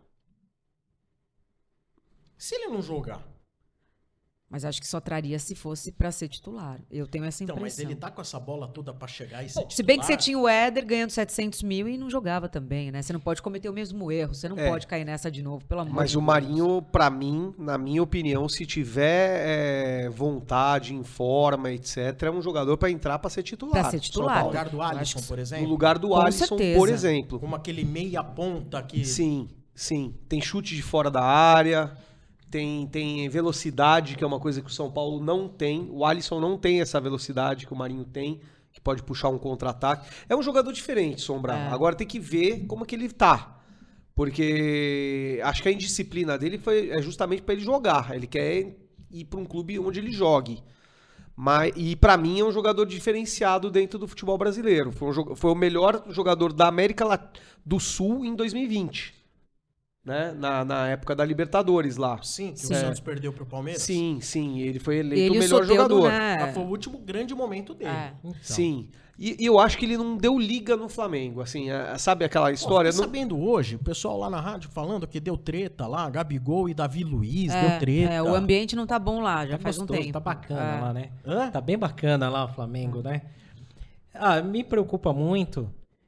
Se ele não jogar... Mas acho que só traria se fosse pra ser titular. Eu tenho essa impressão. Então, mas ele tá com essa bola toda pra chegar e ser titular. Se bem que você tinha o Éder ganhando 700 mil e não jogava também, né? Você não pode cometer o mesmo erro. Você não pode cair nessa de novo, pelo amor de Deus. Mas o Marinho, pra mim, na minha opinião, se tiver vontade, em forma, etc., é um jogador pra entrar pra ser titular. Pra ser titular. No lugar do Alisson, por exemplo. No lugar do Com Alisson, certeza. por exemplo. Como aquele meia ponta que... Sim. Tem chute de fora da área, tem velocidade, que é uma coisa que o São Paulo não tem. O Alisson não tem essa velocidade que o Marinho tem, que pode puxar um contra-ataque. É um jogador diferente, Sombra. Agora tem que ver como que ele tá. Porque acho que a indisciplina dele é justamente para ele jogar. Ele quer ir para um clube onde ele jogue. E para mim é um jogador diferenciado dentro do futebol brasileiro. Foi o melhor jogador da América do Sul em 2020. Né? Na época da Libertadores lá. Sim, que o Santos perdeu pro Palmeiras. Sim. Ele foi eleito o melhor jogador. Mas foi o último grande momento dele. Então. Sim. E eu acho que ele não deu liga no Flamengo. Assim, sabe aquela história? Fiquei sabendo hoje, o pessoal lá na rádio falando que deu treta lá, Gabigol e Davi Luiz, deu treta. O ambiente não tá bom lá, já Tá faz gostoso, um tempo. tá bacana lá, né? Hã? Tá bem bacana lá o Flamengo, né? Me preocupa muito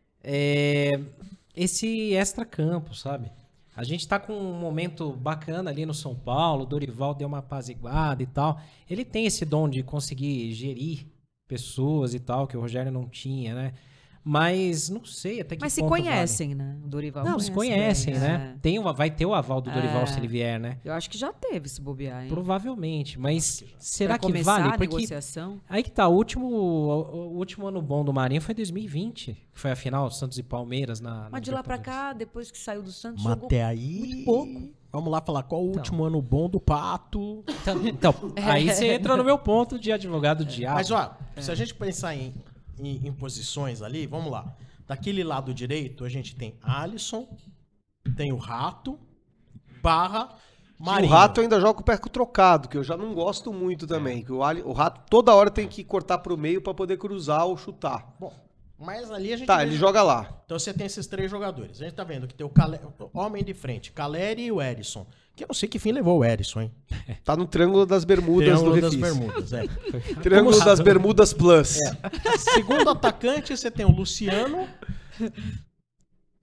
esse extra-campo, sabe? A gente tá com um momento bacana ali no São Paulo, o Dorival deu uma apaziguada e tal. Ele tem esse dom de conseguir gerir pessoas e tal, que o Rogério não tinha, né? Mas não sei até que Mas se ponto conhecem, né? O Dorival Não, se conhecem, bem, né? Vai ter o aval do Dorival se ele vier, né? Eu acho que já teve se bobear, hein? Provavelmente, mas será Pra que começar vale? a Porque negociação. aí que tá, o último ano bom do Marinho foi 2020, que foi a final Santos e Palmeiras na Mas de lá pra Libertadores. cá, depois que saiu do Santos, Mas jogou até aí... muito pouco. Vamos lá falar qual o último ano bom do Pato. Então, aí você entra no meu ponto de advogado diabo. Mas, ó, se a gente pensar em posições ali, vamos lá. Daquele lado direito, a gente tem Alisson, tem o Rato, Marinho. O Rato ainda joga com o perco trocado, que eu já não gosto muito também. Que o Rato toda hora tem que cortar pro meio pra poder cruzar ou chutar. Bom, mas ali a gente... Tá, ele joga lá. Então você tem esses 3 jogadores. A gente tá vendo que tem o homem de frente, Caleri e o Erisson. Que eu não sei que fim levou o Erisson, hein? Tá no Triângulo das Bermudas Triângulo do das Refis. Bermudas, é. Triângulo das Bermudas Plus. Segundo atacante, você tem o Luciano.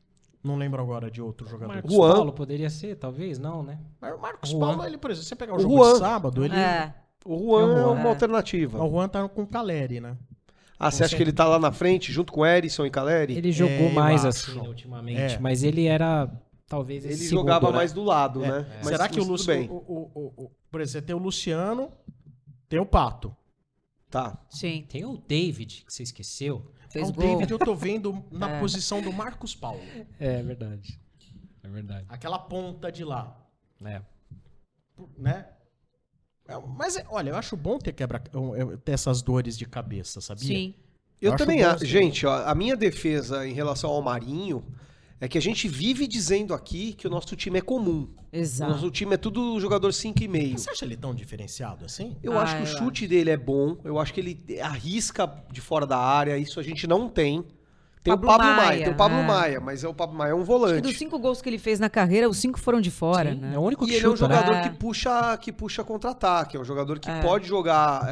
Não lembro agora de outro O jogador. Marcos Juan. Paulo poderia ser, talvez, não, né? Mas o Marcos Juan. Paulo, ele, por exemplo, você pegar o O jogo Juan. de sábado, ele... O Juan é uma O alternativa. Juan tá com o Caleri, né? Ah, você acha que ele tá lá na frente, junto com Erisson e Caleri? Ele jogou eu mais acho. assim, né, ultimamente. É. Mas ele era, talvez, Ele esse jogava segundo, né? mais do lado, né? Mas Será que o tudo Luciano... bem. Por exemplo, você tem o Luciano, tem o Pato. Tá. Sim. Tem o David, que você esqueceu. Fez O gol. David eu tô vendo na posição do Marcos Paulo. É verdade. É verdade. Aquela ponta de lá, É. né? Mas, olha, eu acho bom ter ter essas dores de cabeça, sabia? Sim. Eu acho também bom acho. sim. Gente, ó, a minha defesa em relação ao Marinho é que a gente vive dizendo aqui que o nosso time é comum. O Exato. nosso time é tudo jogador 5,5. Você acha ele tão diferenciado assim? Eu acho que o chute dele é bom. Eu acho que ele arrisca de fora da área. Isso a gente não tem. Tem Pablo o Pablo Maia, Maia. Tem o Pablo é. Maia, mas o Pablo Maia é um Acho que volante. dos 5 gols que ele fez na carreira, os 5 foram de fora, Sim, né? é o único E que ele é um chuta, né? jogador né? que puxa contra-ataque. É um jogador que pode jogar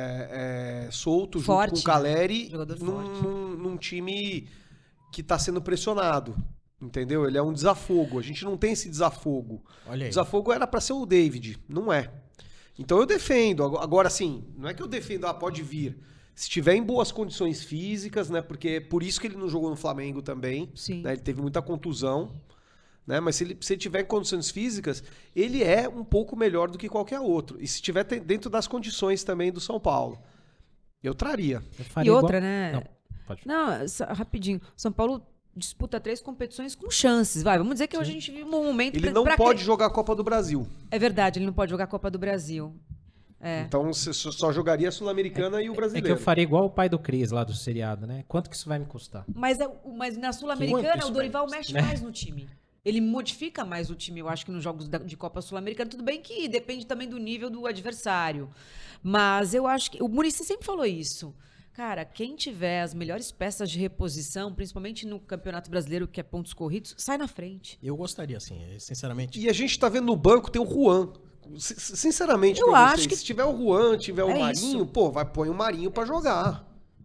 solto Forte, junto com o Caleri Jogador num time que tá sendo pressionado. Entendeu? Ele é um desafogo. A gente não tem esse desafogo. Olha O aí. desafogo era pra ser o David. Não é. Então eu defendo. Agora, assim, não é que eu defendo, pode vir. Se tiver em boas condições físicas, né? Porque é por isso que ele não jogou no Flamengo também. Sim. Né? Ele teve muita contusão. Né? Mas se ele tiver em condições físicas, ele é um pouco melhor do que qualquer outro. E se tiver dentro das condições também do São Paulo, eu traria. Eu E faria outra, igual- né? Não, pode. Não, rapidinho. São Paulo disputa 3 competições com chances. Vai, vamos dizer que hoje a gente vive um momento... Ele não pode jogar a Copa do Brasil. É verdade, ele não pode jogar a Copa do Brasil. É. Então você só jogaria a Sul-Americana e o É brasileiro. que eu faria igual o pai do Cris lá do seriado, né? Quanto que isso vai me custar? Mas na Quanto Sul-Americana, isso o Dorival vai mexe mais no time. Ele modifica mais o time, eu acho que nos jogos de Copa Sul-Americana. Tudo bem que depende também do nível do adversário. Mas eu acho que... O Muricy sempre falou isso. Cara, quem tiver as melhores peças de reposição, principalmente no Campeonato Brasileiro, que é pontos corridos, sai na frente. Eu gostaria, assim, sinceramente. E a gente tá vendo no banco, tem o Juan. Sinceramente, Eu pra acho vocês, que- se tiver o Juan, tiver o É Marinho, isso. pô, põe o Marinho pra jogar.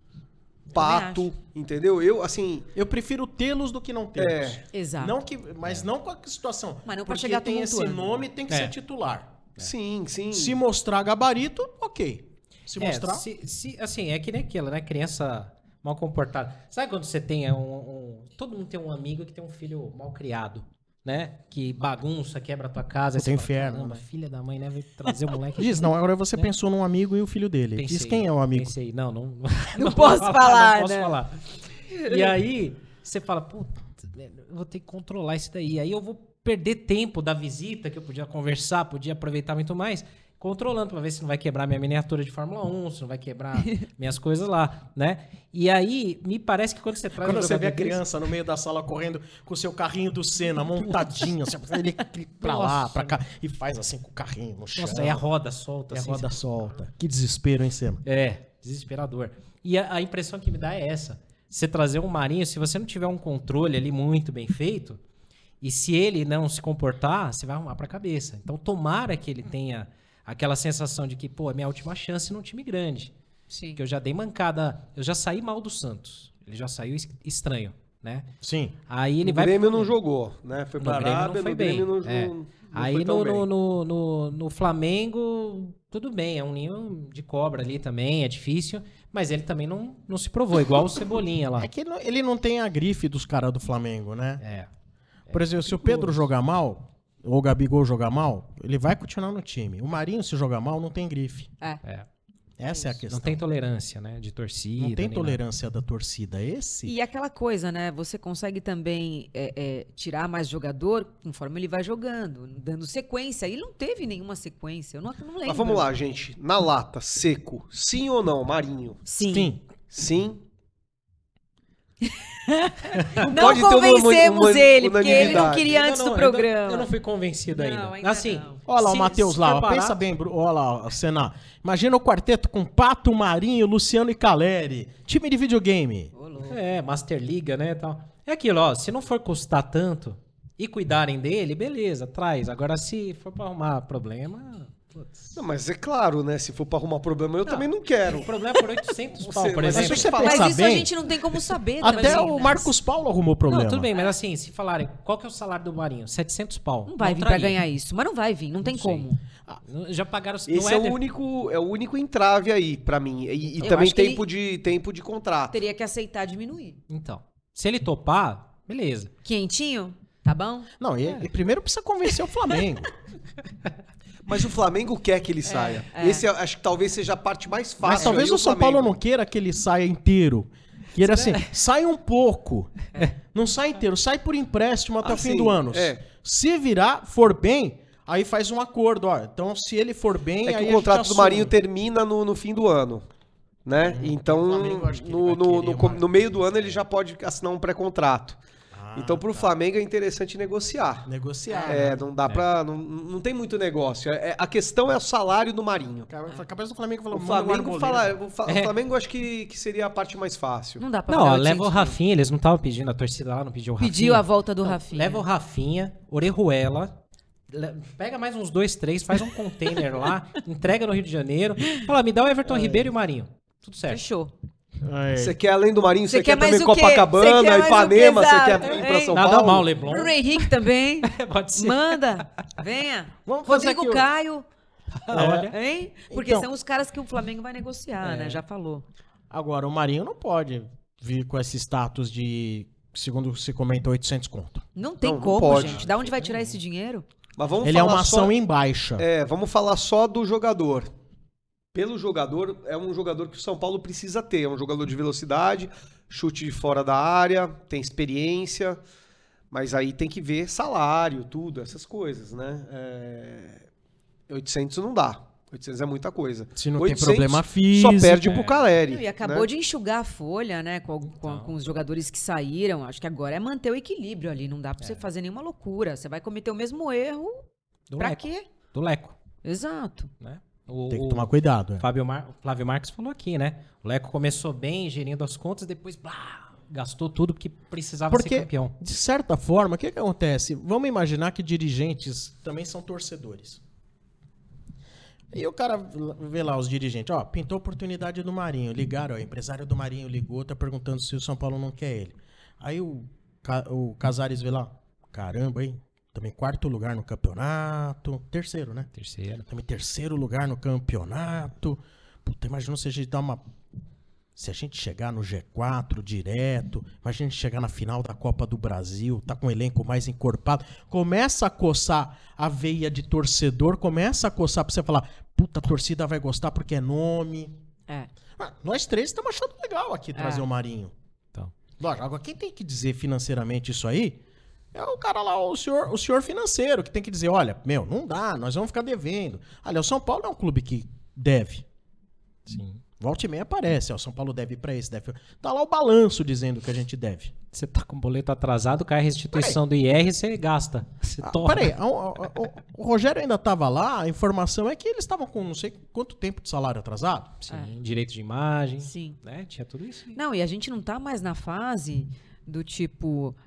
Pato, entendeu? Eu, assim, Eu prefiro tê-los do que não tê-los. Exato. Mas não com a situação. Mas não pra Porque chegar tem esse tumultuando. nome, tem que ser titular. sim. Se mostrar gabarito, ok. Se mostrar... Assim, é que nem aquilo, né? Criança mal comportada. Sabe quando você tem todo mundo tem um amigo que tem um filho mal criado, né? Que bagunça, quebra a tua casa. aí Puta você fala, inferno, "Caramba, né?" filha da mãe, né? Veio trazer o moleque. Diz, não, agora você pensou num amigo e o filho dele. Diz quem é o amigo. Pensei, não Não posso falar, não posso né? falar. E aí, você fala, puta, eu vou ter que controlar isso daí. Aí eu vou perder tempo da visita, que eu podia conversar, podia aproveitar muito mais, controlando pra ver se não vai quebrar minha miniatura de Fórmula 1, se não vai quebrar minhas coisas lá, né? E aí, me parece que quando você traz Quando um você vê a jogador desse- criança no meio da sala correndo com o seu carrinho do Senna montadinho, assim, ele pra lá, Nossa. pra cá, e faz assim com o carrinho no chão. Nossa, aí a roda solta. E a assim, roda solta. Que desespero, hein, Senna? É, desesperador. E a impressão que me dá é essa. Você trazer um Marinho, se você não tiver um controle ali muito bem feito, e se ele não se comportar, você vai arrumar pra cabeça. Então, tomara que ele tenha aquela sensação de que, pô, é minha última chance num time grande. Sim. Que eu já dei mancada, eu já saí mal do Santos. Ele já saiu estranho, né? Sim. Aí ele O vai... Grêmio não jogou, né? Foi No pra Grêmio Arábia, não foi no bem. Grêmio não, É. não Aí foi tão bem. no Flamengo, tudo bem, é um ninho de cobra ali também, é difícil, mas ele também não se provou, igual o Cebolinha lá. É que ele não tem a grife dos caras do Flamengo, né? É. Por exemplo, se o Pedro jogar mal, ou o Gabigol jogar mal, ele vai continuar no time. O Marinho, se jogar mal, não tem grife. É. Essa é a questão. Não tem tolerância, né? De torcida. Não tem nem tolerância da torcida. Esse... E aquela coisa, né? Você consegue também tirar mais jogador conforme ele vai jogando, dando sequência. Ele não teve nenhuma sequência. Eu não lembro. Mas vamos lá, gente. Na lata, seco, sim ou não, Marinho? Sim. Sim. Sim. Não pode ter uma convencemos ele, porque ele não unanimidade. queria nada. antes Não, do não, programa. Eu não fui convencido Não, ainda. ainda Assim, não. Olha lá o se- Matheus se lá, for ó, barato- pensa bem, olha lá, Senna. Imagina o quarteto com Pato, Marinho, Luciano e Caleri. Time de videogame. Ô, louco. É, Master Liga, né, tal. É aquilo, ó, se não for custar tanto e cuidarem dele, beleza, traz. Agora, se for pra arrumar problema, Não, mas é claro, né? Se for pra arrumar problema, eu também não quero. O problema é por 800 pau, por mas exemplo. se você Mas pensar isso a bem, gente não tem como saber até também, o né? Marcos Paulo arrumou problema. Não, tudo bem, mas assim, se falarem, qual que é o salário do Marinho? 700 pau. Não vai vir pra traria. ganhar isso, mas não vai vir, não tem sei. como. Já pagaram... Esse no é o Éder. único entrave aí, pra mim. E Eu também acho que tempo de contrato. Teria que aceitar diminuir. Então, se ele topar, beleza. Quentinho, tá bom? Não, e primeiro precisa convencer o Flamengo. Mas o Flamengo quer que ele saia. é. Acho que talvez seja a parte mais fácil. Mas talvez aí, o São Flamengo. Paulo não queira que ele saia inteiro. Queira assim, sai um pouco. Não sai inteiro, sai por empréstimo até o fim Assim, do ano. é. Se virar, for bem, aí faz um acordo. Ó. Então, se ele for bem, É aí que a o contrato gente do assume. Marinho termina no fim do ano. Né? Então, o Flamengo, acho que ele vai querer no meio do ano ele já pode assinar um pré-contrato. Então, pro tá. Flamengo é interessante negociar. Negociar. Não dá pra. Não tem muito negócio. A questão é o salário do Marinho. A cabeça do Flamengo falou, O manda Flamengo, Arboleda. o Flamengo acho que seria a parte mais fácil. Não dá pra Não, pagar ó, leva o 800 Rafinha, eles não estavam pedindo, a torcida lá não pediu o Rafinha. Pediu a volta do Não, Rafinha. Leva o Rafinha, Orejuela, pega mais uns 2, 3, faz um container lá, entrega no Rio de Janeiro, fala, me dá o Everton Ribeiro e o Marinho. Tudo certo. Fechou. Aí. Você quer além do Marinho, Você você quer quer mais também o quê? Você Copacabana, quer mais o Ipanema, quê, você exato? quer ir pra São Nada Paulo? mal, Leblon. Bruno Henrique também. Pode ser. Manda. Venha. Vamos fazer Rodrigo aqui o- Caio. Olha. Hein? Porque Então- são os caras que o Flamengo vai negociar, né? Já falou. Agora, o Marinho não pode vir com esse status de, segundo se comenta, 800 conto. Não tem Não, não como, pode. gente. Da onde vai tirar esse dinheiro? Mas vamos Ele é falar uma só- ação em baixa. Vamos falar só do jogador. Pelo jogador, é um jogador que o São Paulo precisa ter. É um jogador de velocidade, chute de fora da área, tem experiência, mas aí tem que ver salário, tudo, essas coisas, né? 800 não dá. 800 é muita coisa. Se não tem 800 problema físico. Só perde pro Caleri. E acabou né? de enxugar a folha, né? Com os jogadores que saíram. Acho que agora é manter o equilíbrio ali. Não dá pra você fazer nenhuma loucura. Você vai cometer o mesmo erro. Do Pra Leco. quê? Do Leco, Exato. né? Tem que tomar cuidado. Flávio Marques falou aqui, né? O Leco começou bem, gerindo as contas, depois gastou tudo porque precisava Porque, ser campeão. de certa forma, o que acontece? Vamos imaginar que dirigentes também são torcedores. E o cara vê lá os dirigentes, ó, pintou a oportunidade do Marinho, ligaram, ó, o empresário do Marinho ligou, tá perguntando se o São Paulo não quer ele. Aí o Casares vê lá, caramba, hein? Também 4º lugar no campeonato, 3º, né? Terceiro. Também 3º lugar no campeonato. Puta, imagina se a gente dá uma... Se a gente chegar no G4 direto, imagina a gente chegar na final da Copa do Brasil, tá com o elenco mais encorpado, começa a coçar a veia de torcedor, começa a coçar pra você falar, puta, a torcida vai gostar porque é nome. É. Nós três estamos achando legal aqui trazer o Marinho. Então. Lógico, agora quem tem que dizer financeiramente isso aí é o cara lá, o senhor financeiro, que tem que dizer, olha, meu, não dá, nós vamos ficar devendo. Olha, o São Paulo é um clube que deve. Sim. Volta e meia aparece, ó, o São Paulo deve pra esse, deve. Tá lá o balanço dizendo que a gente deve. Você tá com o boleto atrasado, cai a restituição do IR, você gasta. Você torra. Peraí, o Rogério ainda tava lá, a informação é que eles estavam com não sei quanto tempo de salário atrasado. Sim, direito de imagem. Sim. Né? Tinha tudo isso. aí. Não, e a gente não tá mais na fase do tipo...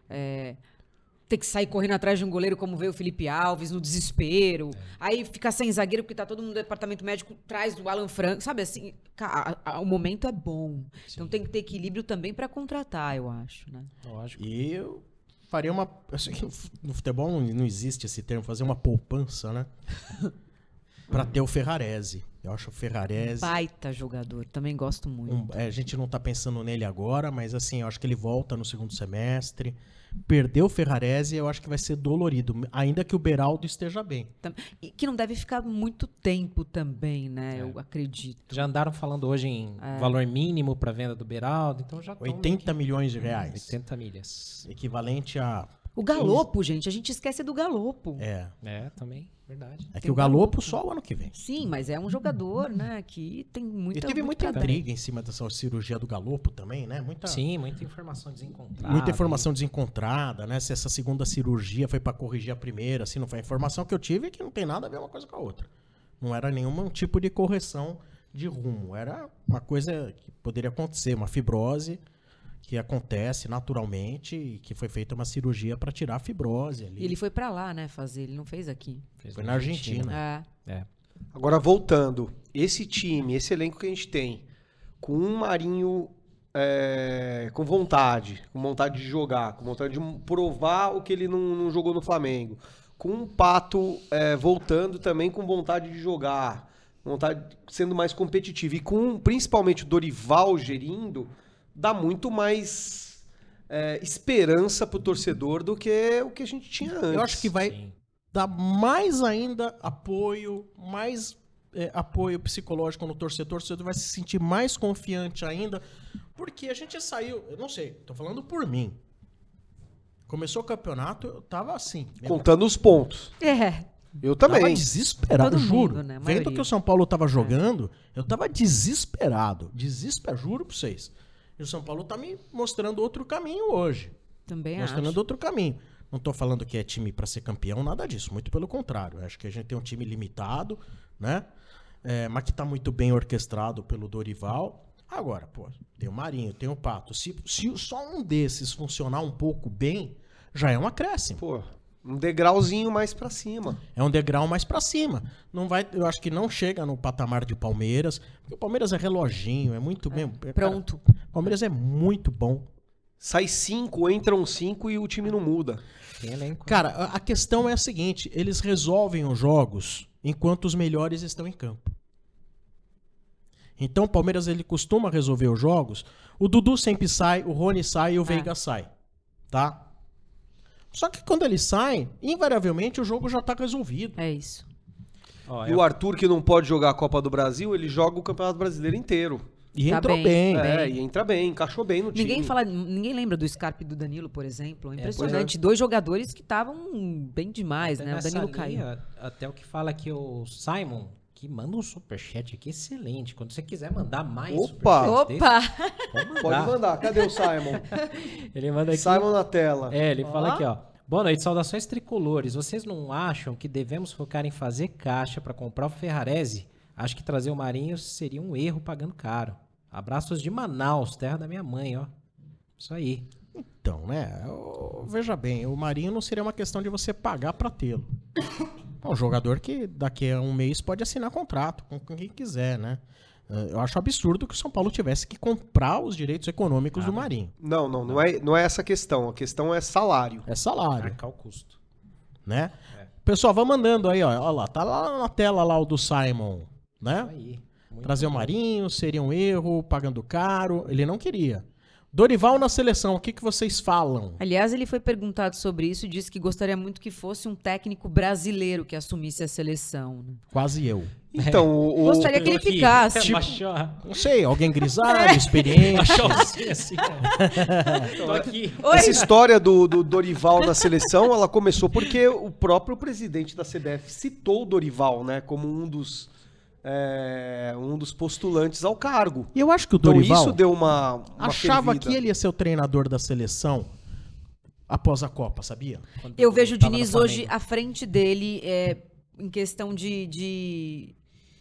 ter que sair correndo atrás de um goleiro como veio o Felipe Alves, no desespero. Aí ficar sem zagueiro porque tá todo mundo no departamento médico, traz do Alan Franco. Sabe assim, o momento é bom. Então tem que ter equilíbrio também pra contratar, eu acho, né? Lógico. E eu faria uma... Eu sei que no futebol não existe esse termo, fazer uma poupança, né? Pra ter o Ferrarese. Eu acho o Ferrarese... Baita jogador, também gosto muito. A gente não tá pensando nele agora, mas assim, eu acho que ele volta no segundo semestre. Perder o Ferrarese, eu acho que vai ser dolorido, ainda que o Beraldo esteja bem. E que não deve ficar muito tempo também, né? Eu acredito. Já andaram falando hoje em valor mínimo para venda do Beraldo, então já 80 milhões de reais. 80 milhas. Equivalente a... O Galopo, gente, a gente esquece do Galopo. É, também, verdade. É que o Galopo só o ano que vem. Sim, mas é um jogador, né, que tem muita... E teve muito muita pra dar. intriga em cima dessa cirurgia do Galopo também, né? Sim, muita informação desencontrada. Muita informação desencontrada, né? Se essa segunda cirurgia foi pra corrigir a primeira, se não foi. A informação que eu tive é que não tem nada a ver uma coisa com a outra. Não era nenhum tipo de correção de rumo. Era uma coisa que poderia acontecer, uma fibrose que acontece naturalmente e que foi feita uma cirurgia pra tirar a fibrose ali. E ele foi pra lá, né, fazer. Ele não fez aqui. Fez Foi na Argentina. É. É. Agora, voltando, esse time, esse elenco que a gente tem, com um Marinho com vontade de jogar, com vontade de provar o que ele não jogou no Flamengo, com um Pato voltando também com vontade de jogar, sendo mais competitivo, e com principalmente o Dorival gerindo, dá muito mais esperança pro torcedor do que o que a gente tinha antes. Eu acho que vai dar mais ainda apoio, apoio psicológico no torcedor. O torcedor vai se sentir mais confiante ainda, porque a gente saiu, eu não sei, tô falando por mim. Começou o campeonato, eu tava assim. Contando os pontos. Eu também. Tava desesperado, Todo juro. mundo, né? A Vendo maioria. que o São Paulo tava jogando, eu tava desesperado. Juro pra vocês. E o São Paulo tá me mostrando outro caminho hoje. Também Mostrando acho. outro caminho. Não tô falando que é time pra ser campeão, nada disso. Muito pelo contrário. Acho que a gente tem um time limitado, né? Mas que tá muito bem orquestrado pelo Dorival. Agora, pô, tem o Marinho, tem o Pato. Se só um desses funcionar um pouco bem, já é um acréscimo. Pô, um degrauzinho mais pra cima. É um degrau mais pra cima. Não vai, eu acho que não chega no patamar de Palmeiras. Porque o Palmeiras é reloginho, é muito bem. Pronto. Cara, Palmeiras é muito bom. Sai 5, entram 5 e o time não muda. Tem elenco. Cara, a questão é a seguinte: eles resolvem os jogos enquanto os melhores estão em campo. Então o Palmeiras ele costuma resolver os jogos. O Dudu sempre sai, o Rony sai e o Veiga sai. Tá? Só que quando eles saem, invariavelmente o jogo já tá resolvido. É isso. Ó, E o Arthur, que não pode jogar a Copa do Brasil, ele joga o Campeonato Brasileiro inteiro. E Tá entrou bem. bem. E entra bem, encaixou bem no time. Ninguém lembra do Scarpa e do Danilo, por exemplo. pois Impressionante. Dois jogadores que estavam bem demais, até né? O nessa Danilo caiu. linha, até o que fala aqui o Simon, que manda um superchat aqui excelente. Quando você quiser mandar mais Opa! superchats desse, Opa! pode mandar. Pode mandar. Cadê o Simon? Ele manda aqui. Simon na tela. Ele fala aqui, ó. Boa noite, saudações tricolores. Vocês não acham que devemos focar em fazer caixa para comprar o Ferrarese? Acho que trazer o Marinho seria um erro pagando caro. Abraços de Manaus, terra da minha mãe, ó. Isso aí. Então, né? Veja bem, o Marinho não seria uma questão de você pagar pra tê-lo. É um jogador que daqui a um mês pode assinar contrato com quem quiser, né? Eu acho absurdo que o São Paulo tivesse que comprar os direitos econômicos do Marinho. Não é essa a questão. A questão é salário. É salário, Marcar o custo. né? Pessoal, vá mandando aí, ó. Olha lá, tá lá na tela lá o do Simon, né? Isso aí. Muito Trazer o bom. Marinho seria um erro, pagando caro. Ele não queria. Dorival na seleção, o que vocês falam? Aliás, ele foi perguntado sobre isso e disse que gostaria muito que fosse um técnico brasileiro que assumisse a seleção. Né? Quase eu. Então, Gostaria que ele ficasse. Tipo, Não sei, alguém grisalho, experiente. assim, ó. Tô aqui. essa história do Dorival na seleção, ela começou porque o próprio presidente da CBF citou o Dorival, né, como um dos postulantes ao cargo. E eu acho que o Então Dorival isso deu uma achava fervida. que ele ia ser o treinador da seleção após a Copa, sabia? Quando Eu vejo o tava no Diniz Flamengo. hoje à frente dele em questão de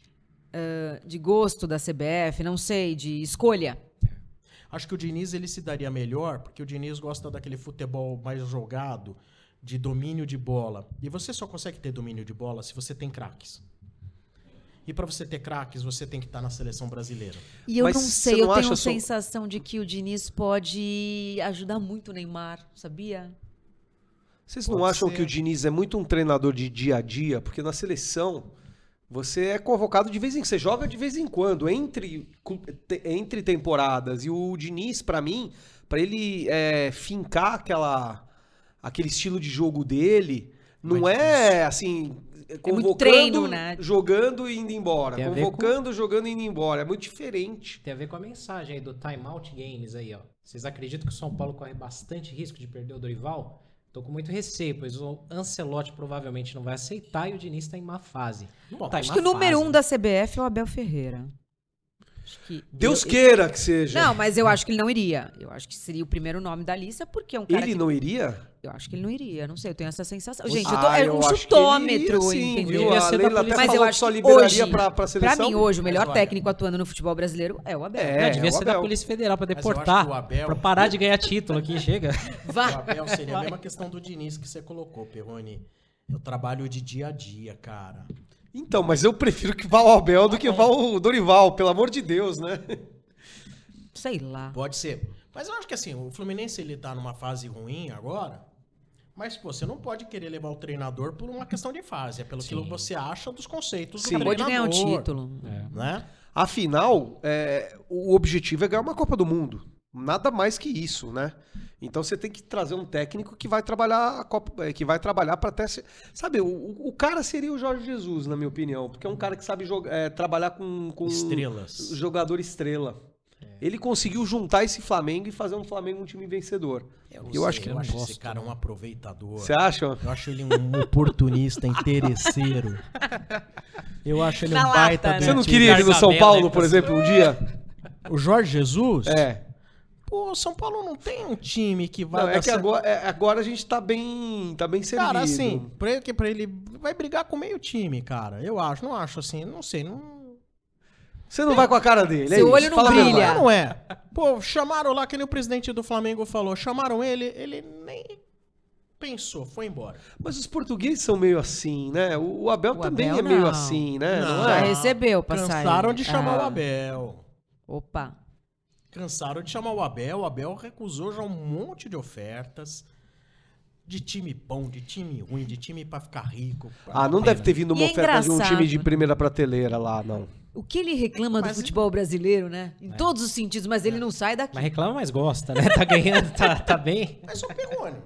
gosto da CBF, não sei, de escolha. Acho que o Diniz ele se daria melhor, porque o Diniz gosta daquele futebol mais jogado, de domínio de bola. E você só consegue ter domínio de bola se você tem craques. E para você ter craques, você tem que estar na seleção brasileira. E eu Mas não você sei, não eu tenho acha a só- sensação de que o Diniz pode ajudar muito o Neymar, sabia? Vocês não Pode acham ser. que o Diniz é muito um treinador de dia a dia? Porque na seleção você é convocado de vez em quando, você joga de vez em quando, entre temporadas. E o Diniz, pra mim, pra ele fincar aquele estilo de jogo dele, não é assim, convocando, treino, né? jogando e indo embora. Tem a ver Convocando, jogando e indo embora. É muito diferente. Tem a ver com a mensagem aí do Timeout Games aí, ó. Vocês acreditam que o São Paulo corre bastante risco de perder o Dorival? Tô com muito receio, pois o Ancelotti provavelmente não vai aceitar e o Diniz tá em má fase. Não tá em Acho má que o número fase. 1 da CBF é o Abel Ferreira. Acho que Deus queira que seja. Não, mas eu acho que ele não iria. Eu acho que seria o primeiro nome da lista, porque é um cara Ele que... não iria? Eu acho que ele não iria, não sei, eu tenho essa sensação. Ah, Gente, é eu um acho que ele chutômetro, iria, sim, entendeu? viu? Devia A ser da Leila até polícia. Mas eu falou que acho só que liberaria hoje, pra seleção. Pra mim, hoje, o melhor Mas olha- técnico atuando no futebol brasileiro é o Abel. Devia o ser da Abel. Polícia Federal pra eu acho que deportar, o Abel- pra parar de ganhar título aqui, chega. O Vá! Abel seria a mesma questão do Diniz que você colocou, Perrone. Eu trabalho de dia a dia, cara. Então, mas eu prefiro que vá o Abel do que vá o Dorival, pelo amor de Deus, né? Sei lá. Pode ser. Mas eu acho que assim, o Fluminense ele tá numa fase ruim agora, mas pô, você não pode querer levar o treinador por uma questão de fase, é pelo que você acha dos conceitos do Acabou treinador. de ganhar um título. Né? Afinal, o objetivo é ganhar uma Copa do Mundo. Nada mais que isso, né? Então você tem que trazer um técnico que vai trabalhar a Copa, que vai trabalhar para até ser, sabe, o cara seria o Jorge Jesus, na minha opinião, porque é um cara que sabe trabalhar com estrelas, jogador estrela. Ele conseguiu juntar esse Flamengo e fazer um Flamengo um time vencedor. Eu acho esse cara um aproveitador. Você acha? Eu acho ele um oportunista interesseiro. Eu acho ele Na um baita. lata, né? Você não queria ir no São Paulo, por exemplo, um dia? O Jorge Jesus? É. Pô, o São Paulo não tem um time que vai... Não, é que agora a gente tá bem servido. Cara, assim, pra ele vai brigar com meio time, cara. Eu acho, não acho assim, não sei, não... Você não vai com a cara dele, Seu olho não brilha. Não é. Pô, chamaram lá, que nem o presidente do Flamengo falou, chamaram ele nem pensou, foi embora. Mas os portugueses são meio assim, né? O Abel também Abel é meio não. assim, né? Não. Não Já é? recebeu pra sair. Cansaram de chamar o Abel. Opa. Cansaram de chamar o Abel recusou já um monte de ofertas de time bom, de time ruim, de time pra ficar rico. Não deve ter vindo uma E é oferta de um engraçado. time de primeira prateleira lá, não. O que ele reclama do futebol brasileiro, né? Em todos os sentidos, mas ele não sai daqui. Mas reclama, mas gosta, né? Tá ganhando, tá bem. Mas o Perrone,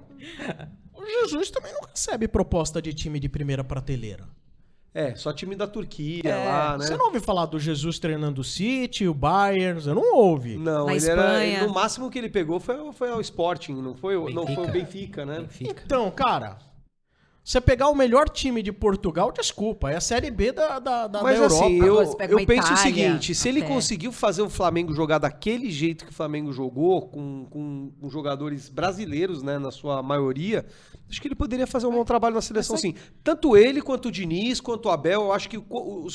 o Jesus também não recebe proposta de time de primeira prateleira. Só time da Turquia lá, né? Você não ouve falar do Jesus treinando o City, o Bayern? Você não ouve. Não, Na ele Espanha. no máximo que ele pegou foi ao Sporting, não foi o Benfica, né? Benfica. Então, cara, você pegar o melhor time de Portugal, desculpa, é a Série B da Mas Europa. assim, Você pega eu uma penso o Itália, seguinte, se ele até. conseguiu fazer o Flamengo jogar daquele jeito que o Flamengo jogou, com jogadores brasileiros, né, na sua maioria, acho que ele poderia fazer um bom trabalho na seleção, sim. Tanto ele, quanto o Diniz, quanto o Abel, eu acho que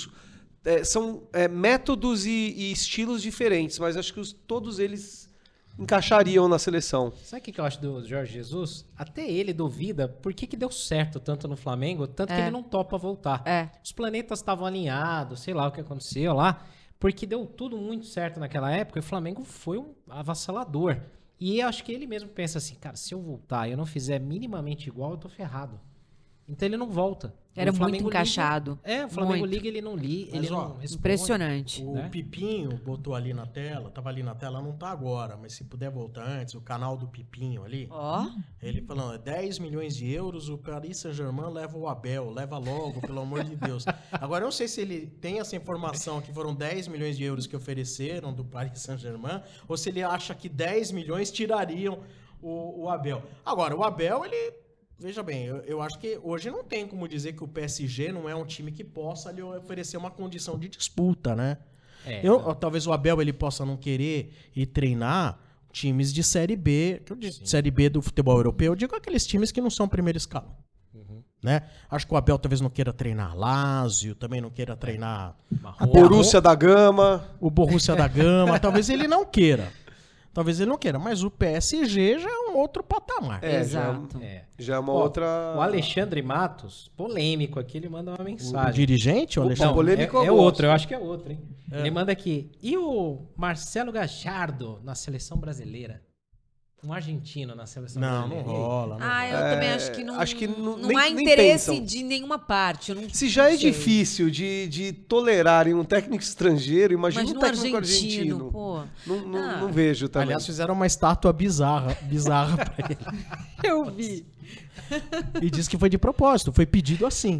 são métodos e estilos diferentes, mas acho que todos eles encaixariam na seleção. Sabe o que eu acho do Jorge Jesus? Até ele duvida por que deu certo tanto no Flamengo, tanto que ele não topa voltar. Os planetas estavam alinhados, sei lá o que aconteceu lá, porque deu tudo muito certo naquela época e o Flamengo foi um avassalador. E eu acho que ele mesmo pensa assim, cara, se eu voltar e eu não fizer minimamente igual, eu tô ferrado. Então ele não volta. Era O muito Flamengo encaixado. O Flamengo Muito. liga, ele não liga, ele não responde. Impressionante. O né? Pipinho botou ali na tela, tava ali na tela, não tá agora, mas se puder voltar antes, o canal do Pipinho ali, Ó. ele falando, 10 milhões de euros, o Paris Saint-Germain leva o Abel, leva logo, pelo amor de Deus. Agora, eu não sei se ele tem essa informação que foram 10 milhões de euros que ofereceram do Paris Saint-Germain, ou se ele acha que 10 milhões tirariam o Abel. Agora, o Abel, ele... Veja bem, eu acho que hoje não tem como dizer que o PSG não é um time que possa lhe oferecer uma condição de disputa, né? Talvez o Abel ele possa não querer ir treinar times de Série B, Série B do futebol europeu. Eu digo aqueles times que não são primeiro escalão. Né? Acho que o Abel talvez não queira treinar Lazio, também não queira treinar Borussia da Gama. o Borussia da Gama. Talvez ele não queira. Mas o PSG já é um outro patamar. Exato. Já é uma outra... O Alexandre Matos, polêmico aqui, ele manda uma O mensagem. dirigente, o Opa, Alexandre? polêmico eu É gosto. outro, eu acho que é outro, hein? Ele manda aqui. E o Marcelo Gallardo na seleção brasileira? Um argentino na seleção Não brasileira. rola. Eu também acho que não, acho que não nem- há nem interesse pensam. de nenhuma parte. Eu não Se já é sei. difícil de tolerarem um técnico estrangeiro, imagina um Imagina técnico argentino. Pô. Não vejo também. Aliás, fizeram uma estátua bizarra pra ele. Eu vi. E diz que foi de propósito, foi pedido assim.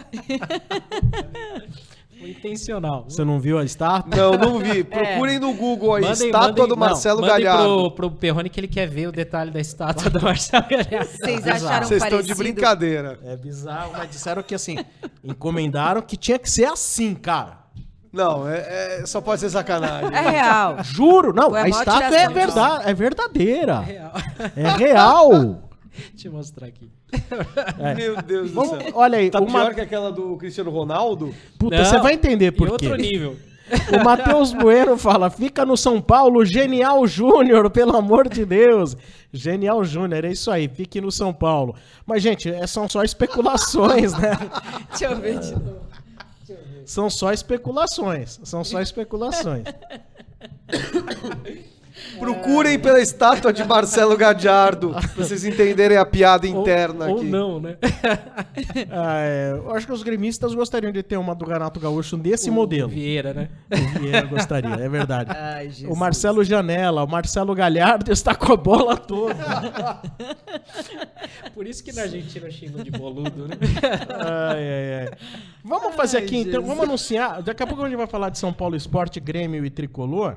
Foi intencional. Você não viu a estátua? Não vi. Procurem no Google aí, Mandem- estátua mandem- do Marcelo não, mandem Galhardo. pro Perrone que ele quer ver o detalhe da estátua do Marcelo Galhardo. Vocês acharam Vocês estão parecido? de brincadeira. É bizarro, mas disseram que assim, encomendaram que tinha que ser assim, cara. Não, só pode ser sacanagem. É real. Juro, não, Foi a a maior estátua tiração é verdadeira. Real. É real. Deixa eu mostrar aqui. Meu Deus do céu. Olha aí, Tá uma... pior que aquela do Cristiano Ronaldo? Puta, Não, você vai entender Em por outro quê. nível. O Matheus Bueno fala, fica no São Paulo, Genial Júnior, pelo amor de Deus. Genial Júnior, é isso aí, fique no São Paulo. Mas, gente, são só especulações, né? Deixa eu ver de novo. São só especulações. São só especulações. Procurem pela estátua de Marcelo Gadiardo, pra vocês entenderem a piada interna ou aqui. não, né? Eu acho que os gremistas gostariam de ter uma do Renato Gaúcho desse modelo. Vieira, né? O Vieira gostaria, é verdade. Ai, Jesus. O Marcelo Janela, o Marcelo Galhardo está com a bola toda. Por isso que na Argentina chamam de boludo, né? Ai. Vamos fazer aqui, então, Jesus. vamos anunciar. Daqui a pouco a gente vai falar de São Paulo Sport, Grêmio e Tricolor.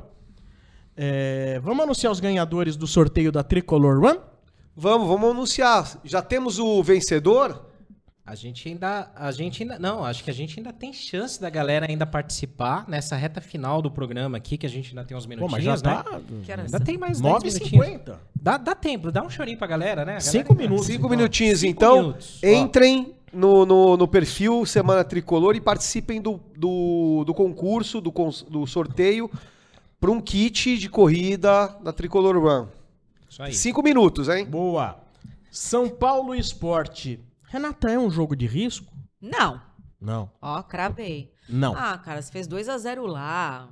Vamos anunciar os ganhadores do sorteio da Tricolor One? Vamos anunciar. Já temos o vencedor? A gente ainda. Não, acho que a gente ainda tem chance da galera ainda participar nessa reta final do programa aqui, que a gente ainda tem uns Pô, minutinhos, mas já né? tá. Que horas Ainda são? tem mais 10 minutinhos. 9h50. Dá tempo, dá um chorinho pra galera, né? A galera 5 ainda- minutos. 5 então. minutinhos, 5 então. minutos. Ó. Entrem no perfil Semana Tricolor e participem do concurso, do sorteio para um kit de corrida da Tricolor Run. Isso aí. 5 minutos, hein? Boa. São Paulo Sport. Renata, é um jogo de risco? Não. Não. Ó, cravei. Não. Ah, cara, você fez 2-0 lá.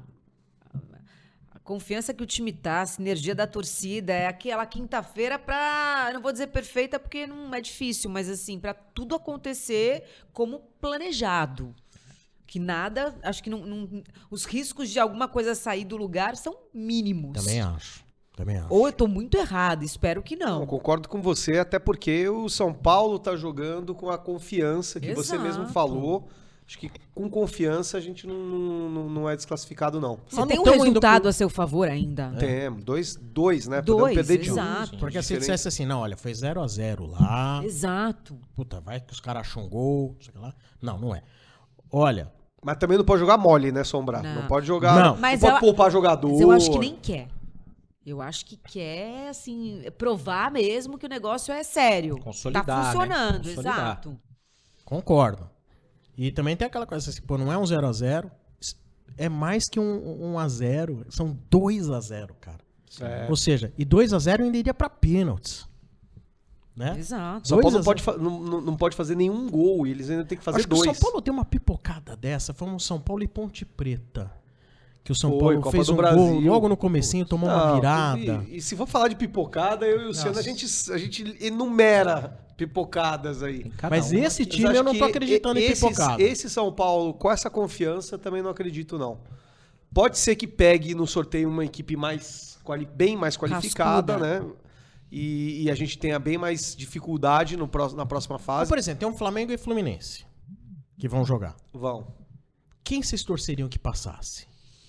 A confiança que o time tá, a sinergia da torcida, é aquela quinta-feira pra... Eu não vou dizer perfeita porque não é difícil, mas assim, pra tudo acontecer como planejado. Que nada, acho que os riscos de alguma coisa sair do lugar são mínimos. Também acho. Ou eu tô muito errado, espero que Eu não. concordo com você, até porque o São Paulo tá jogando com a confiança que você mesmo Exato. falou. Acho que com confiança a gente não é desclassificado, não. Você Nós tem não um tamo indo resultado pro- a seu favor ainda? Temos. Dois, né? Dois, Podemos perder de um. exato. Porque se Diferente. dissesse assim, não, olha, foi 0-0 lá. Exato. Puta, vai que os caras acham um gol, sei lá. Não, não é. Olha, Mas também não pode jogar mole, né, Sombra? Não. Não pode jogar. Não. Não Mas pode eu- poupar jogador. Mas eu acho que nem quer. Eu acho que quer, assim, provar mesmo que o negócio é sério. Consolidar, Tá funcionando, né? Consolidar. exato. concordo. E também tem aquela coisa assim, pô, não é um 0-0, é mais que um 1-0, são 2-0, cara. É. Ou seja, e 2-0 ainda iria pra pênaltis. Né? Exato. São Paulo 2-0. não pode fazer nenhum gol. E eles ainda tem que fazer Acho que dois. o São Paulo tem uma pipocada dessa, foi um São Paulo e Ponte Preta. Que o São Foi, Paulo Copa fez do um Brasil. gol logo no comecinho, tomou uma Não, virada. E se for falar de pipocada, eu e o Luciano, Nossa. a gente enumera pipocadas aí. Cada Mas um, né? esse Mas time acho eu não que tô acreditando em pipocada. Esse São Paulo, com essa confiança, também não acredito, não. Pode ser que pegue no sorteio uma equipe bem mais qualificada, Cascuda. né? E a gente tenha bem mais dificuldade na próxima Mas, fase. por exemplo, tem um Flamengo e Fluminense que vão jogar. Vão. Quem vocês torceriam que passasse?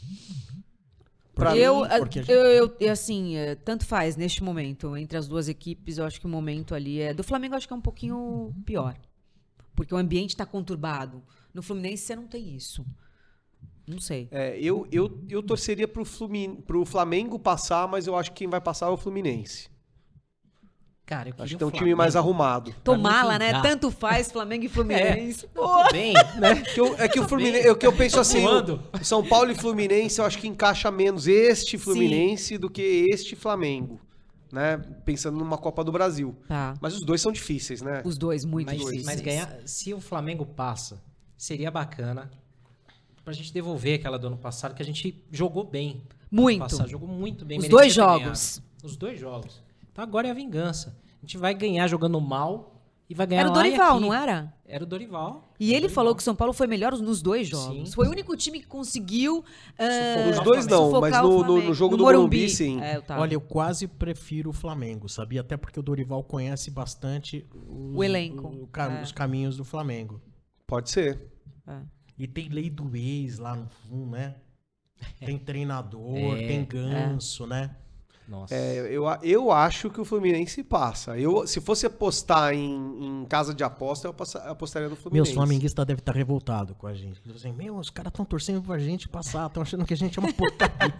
Pra Eu, mim, porque a gente- assim, tanto faz neste momento, entre as duas equipes, eu acho que o momento ali é... Do Flamengo eu acho que é um pouquinho pior, porque o ambiente tá conturbado. No Fluminense você não tem isso. Não sei. Eu torceria pro Flamengo passar, mas eu acho que quem vai passar é o Fluminense. Cara, eu queria Acho que tem um o time mais Flamengo. arrumado. Tomala, né? vingar. Tanto faz Flamengo e Fluminense. Tudo bem, né? É que o Fluminense, é que eu penso assim, Voando. o São Paulo e Fluminense, eu acho que encaixa menos este Fluminense do que este Flamengo, né? Pensando numa Copa do Brasil. Tá. Mas os dois são difíceis, né? Os dois, muito Mas, difíceis. mas ganhar, se o Flamengo passa, seria bacana pra gente devolver aquela do ano passado, que a gente jogou bem. Muito. Ano passado, jogou muito bem. Os merecia dois ter jogos. ganhado. Os dois jogos. Então agora é a vingança. A gente vai ganhar jogando mal e vai ganhar Era o lá e Dorival, aqui. não era? Era o Dorival. E ele falou que o São Paulo foi melhor nos dois jogos. Sim. Foi o único time que conseguiu Os dois não, sufocar mas o no Flamengo. jogo No do Morumbi, sim. É, eu tava. Olha, eu quase prefiro o Flamengo, sabia? Até porque o Dorival conhece bastante O elenco. os caminhos do Flamengo. Pode ser. É. E tem lei do ex lá no fundo, né? Tem treinador, É, tem ganso, né? Nossa. Eu acho que o Fluminense passa. Se fosse apostar em casa de aposta, eu apostaria no Meus Fluminense. flamenguistas devem estar revoltados com a gente. Eles dizem, os caras estão torcendo pra gente passar, estão achando que a gente é uma porcaria.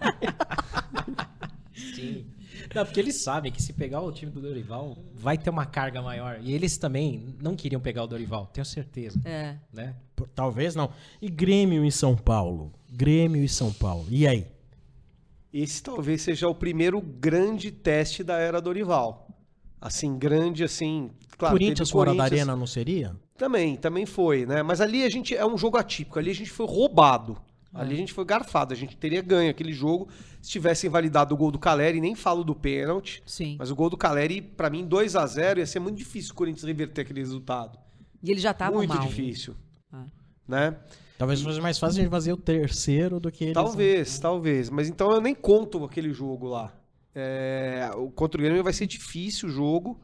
Sim. Não, porque eles sabem que se pegar o time do Dorival, vai ter uma carga maior. E eles também não queriam pegar o Dorival, tenho certeza. É. Né? Talvez não. E Grêmio e São Paulo? Grêmio e São Paulo. E aí? Esse talvez seja o primeiro grande teste da era Dorival. Assim, grande, assim... Claro, Corinthians teve o fora da Corinthians. arena não seria? Também foi, né? Mas ali é um jogo atípico, ali a gente foi roubado. Ali a gente foi garfado, a gente teria ganho aquele jogo se tivesse invalidado o gol do Caleri, nem falo do pênalti, Sim. mas o gol do Caleri, pra mim, 2-0, ia ser muito difícil o Corinthians reverter aquele resultado. E ele já tava Muito mal. difícil, Ah. né? Talvez fosse mais fácil a gente fazer o terceiro do que eles. Talvez, mas então eu nem conto aquele jogo lá. Contra o Grêmio vai ser difícil o jogo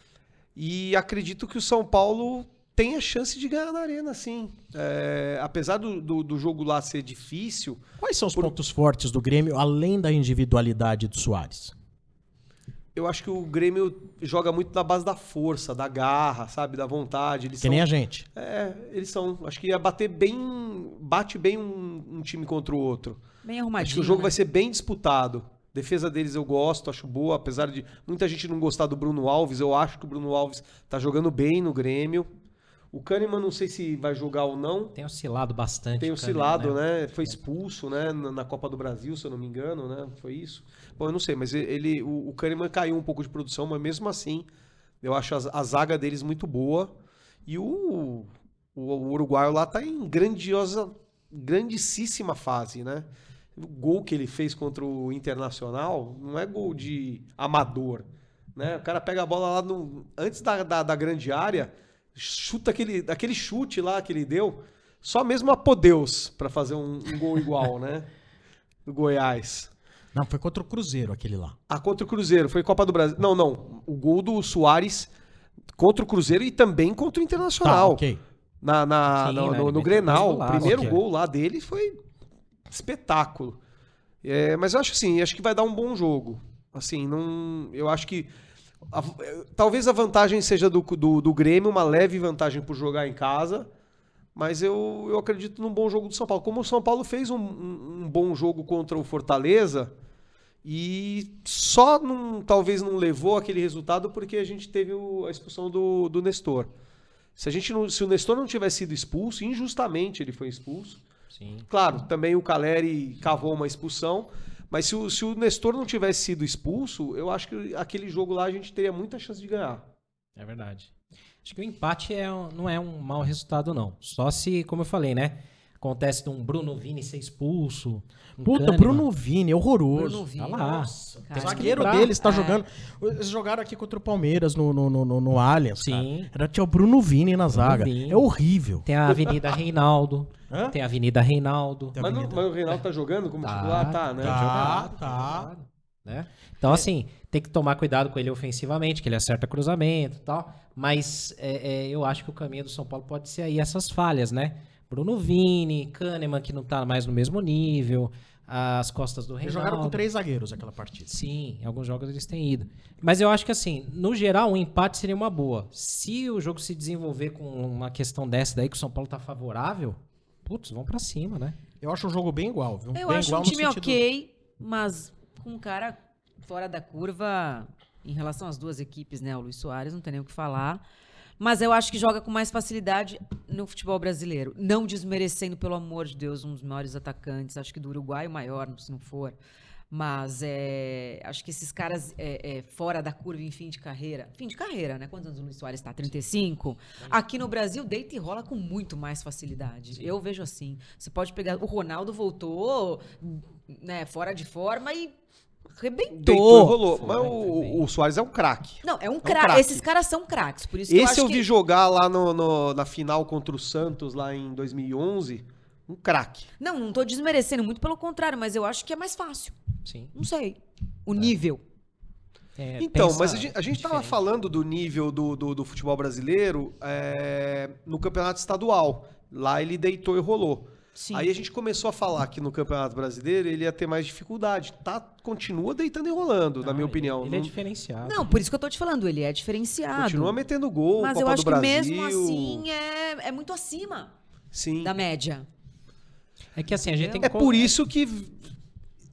e acredito que o São Paulo tem a chance de ganhar na Arena, sim. Apesar do jogo lá ser difícil... Quais são os pontos fortes do Grêmio, além da individualidade do Soares? Eu acho que o Grêmio joga muito na base da força, da garra, sabe? Da vontade. Eles Que nem a gente. Eles são. Acho que ia bate bem um time contra o outro. Bem arrumadinho. Acho que o jogo né? vai ser bem disputado. Defesa deles eu gosto, acho boa. Apesar de muita gente não gostar do Bruno Alves, eu acho que o Bruno Alves tá jogando bem no Grêmio. O Kahneman não sei se vai jogar ou não. Tem oscilado bastante. Tem o oscilado, Kahneman, né? Foi expulso, né? Na Copa do Brasil, se eu não me engano, né? Foi isso. Bom, eu não sei, mas o Kahneman caiu um pouco de produção, mas mesmo assim, eu acho a zaga deles muito boa. E o uruguaio lá tá em grandíssima fase, né? O gol que ele fez contra o Internacional não é gol de amador, né? O cara pega a bola lá antes da grande área, chuta aquele chute lá que ele deu, só mesmo apodeus pra fazer um gol igual, né? Do Goiás. Não, foi contra o Cruzeiro aquele lá. Contra o Cruzeiro, foi Copa do Brasil. Não. O gol do Soares contra o Cruzeiro e também contra o Internacional. Tá, ok. No Grenal. O primeiro ok. gol lá dele foi espetáculo. Mas eu acho assim, acho que vai dar um bom jogo. Assim, eu acho que talvez a vantagem seja do Grêmio, uma leve vantagem por jogar em casa, mas eu acredito num bom jogo do São Paulo. Como o São Paulo fez um bom jogo contra o Fortaleza e só talvez não levou aquele resultado porque a gente teve a expulsão do Nestor. Se o Nestor não tivesse sido expulso, injustamente ele foi expulso. Sim. Claro, também o Caleri cavou uma expulsão, mas se o Nestor não tivesse sido expulso, eu acho que aquele jogo lá a gente teria muita chance de ganhar. É verdade. Acho que o empate não é um mau resultado, não. Só se, como eu falei, né? Acontece de um Bruno Vini ser expulso. Puta, Kahneman. Bruno Vini, horroroso. Bruno Vini. Tá lá. Nossa, Cara, o zagueiro lembrar. deles tá jogando. Eles jogaram aqui contra o Palmeiras no Allianz. Sim. Cara. Tinha o Bruno Vini na zaga. Vini. É horrível. Tem a Avenida Reinaldo. Hã? Tem a Avenida Reinaldo. Tem a Mas Avenida. o Reinaldo tá jogando como titular? Tá, né? Tá. Né? Então, assim, tem que tomar cuidado com ele ofensivamente, que ele acerta cruzamento e tal. Mas eu acho que o caminho do São Paulo pode ser aí essas falhas, né? Bruno Vini, Kahneman, que não tá mais no mesmo nível, as costas do Eles Reinaldo. jogaram com 3 zagueiros aquela partida. Sim, em alguns jogos eles têm ido. Mas eu acho que, assim, no geral, um empate seria uma boa. Se o jogo se desenvolver com uma questão dessa daí, que o São Paulo tá favorável, putz, vamos pra cima, né? Eu acho um jogo bem igual, viu? Eu bem acho igual um no time sentido- ok, mas com um cara fora da curva em relação às duas equipes, né? O Luis Soares, não tem nem o que falar. Mas eu acho que joga com mais facilidade no futebol brasileiro. Não desmerecendo, pelo amor de Deus, um dos maiores atacantes. Acho que do Uruguai o maior, se não for. Mas acho que esses caras fora da curva em fim de carreira. Fim de carreira, né? Quantos anos o Luis Soares está? 35? Aqui no Brasil, deita e rola com muito mais facilidade. Eu vejo assim. Você pode pegar... O Ronaldo voltou, né, fora de forma e arrebentou. Deitou e rolou. Foi, Mas foi bem. o Soares é um craque. Não, é um craque. craque. Esses caras são craques. Por isso que eu Esse acho eu vi que... jogar lá na final contra o Santos, lá em 2011. Um craque. Não tô desmerecendo, muito pelo contrário, mas eu acho que é mais fácil. Sim. Não sei. O nível. Então, pensa mas a gente tava diferente. falando do nível do futebol brasileiro no campeonato estadual. Lá ele deitou e rolou. Sim. Aí a gente começou a falar que no campeonato brasileiro ele ia ter mais dificuldade. Continua deitando e rolando, na minha opinião. Ele é Não- diferenciado. Não, por isso que eu tô te falando, ele é diferenciado. Continua metendo gol, mas Copa eu acho do que Brasil. mesmo assim é muito acima Sim. da média. É que assim, a gente tem que... É por isso que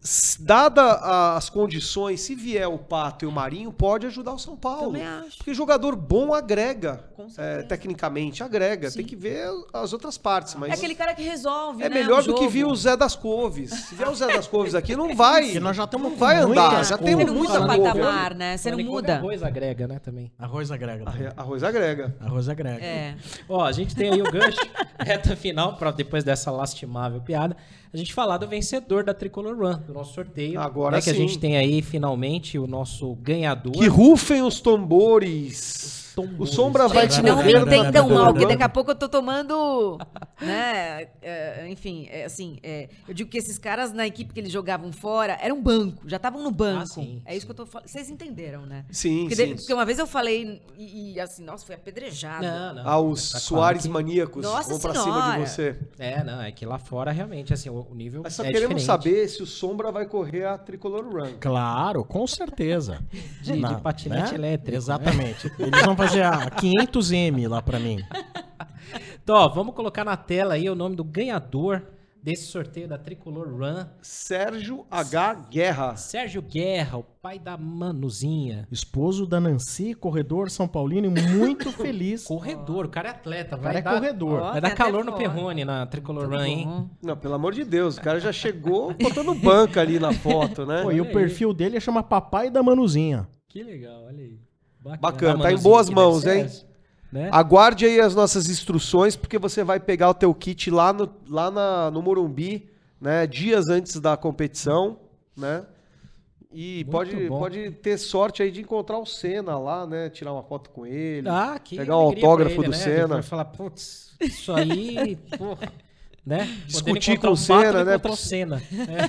dada as condições, se vier o Pato e o Marinho, pode ajudar o São Paulo. Também acho. Porque jogador bom agrega, Com certeza. tecnicamente agrega. Sim. Tem que ver as outras partes. Mas É aquele cara que resolve, é né, melhor o do que jogo. vir o Zé das Couves. Se vier o Zé das Couves aqui, não vai. Porque nós já estamos não vai andar. Já Você temos não muita muda o couve. patamar, né? Você não Falando em muda. arroz agrega, né, também. Arroz agrega. também. Arroz agrega. Arroz agrega. É. Ó, a gente tem aí o gancho, reta final, pra depois dessa lastimável piada, a gente falar do vencedor da Tricolor Run, do nosso sorteio. Agora né, que a sim. gente tem aí, finalmente, o nosso ganhador. Que rufem os tambores. O Sombra vai te Gente, não me mover na entendam mal, porque Tricolor daqui a Run. pouco eu tô tomando, né, enfim, eu digo que esses caras na equipe que eles jogavam fora eram banco, já estavam no banco. sim, É isso que eu tô falando. Vocês entenderam, né? Sim, Porque, sim. porque uma vez eu falei e assim, nossa, foi apedrejado. Não. Aos Tá claro Soares que- maníacos Nossa vão pra cima Senhora. de você. Não, é que lá fora, realmente, assim, o nível Mas só é queremos diferente. saber se o Sombra vai correr a Tricolor Run. Claro, com certeza. De patinete elétrico, né? Exatamente. Eles vão fazer a 500M lá pra mim. Então, ó, vamos colocar na tela aí o nome do ganhador desse sorteio da Tricolor Run. Sérgio H. Guerra. Sérgio Guerra, o pai da Manuzinha. Esposo da Nancy, corredor São Paulino, muito feliz. Corredor, o cara é atleta. O Vai cara é dar, corredor. Ó, vai dar tem calor até no foto. Perrone na Tricolor Tudo Run, hein? bom. Não, pelo amor de Deus, o cara já chegou botando banca ali na foto, né? Pô, e o aí. perfil dele chama Papai da Manuzinha. Que legal, olha aí. Bacana, A tá em Manuzinha boas que mãos, deve hein? ser, né? Aguarde aí as nossas instruções, porque você vai pegar o teu kit lá no Morumbi, né? Dias antes da competição, né? E Muito bom. pode ter sorte aí de encontrar o Senna lá, né? Tirar uma foto com ele. Ah, que pegar o alegria pra autógrafo ele, do né? Senna. Vai falar, putz, isso aí, porra, né? Discutir Podendo com o encontrar Senna, Pato, né? encontrar o Senna.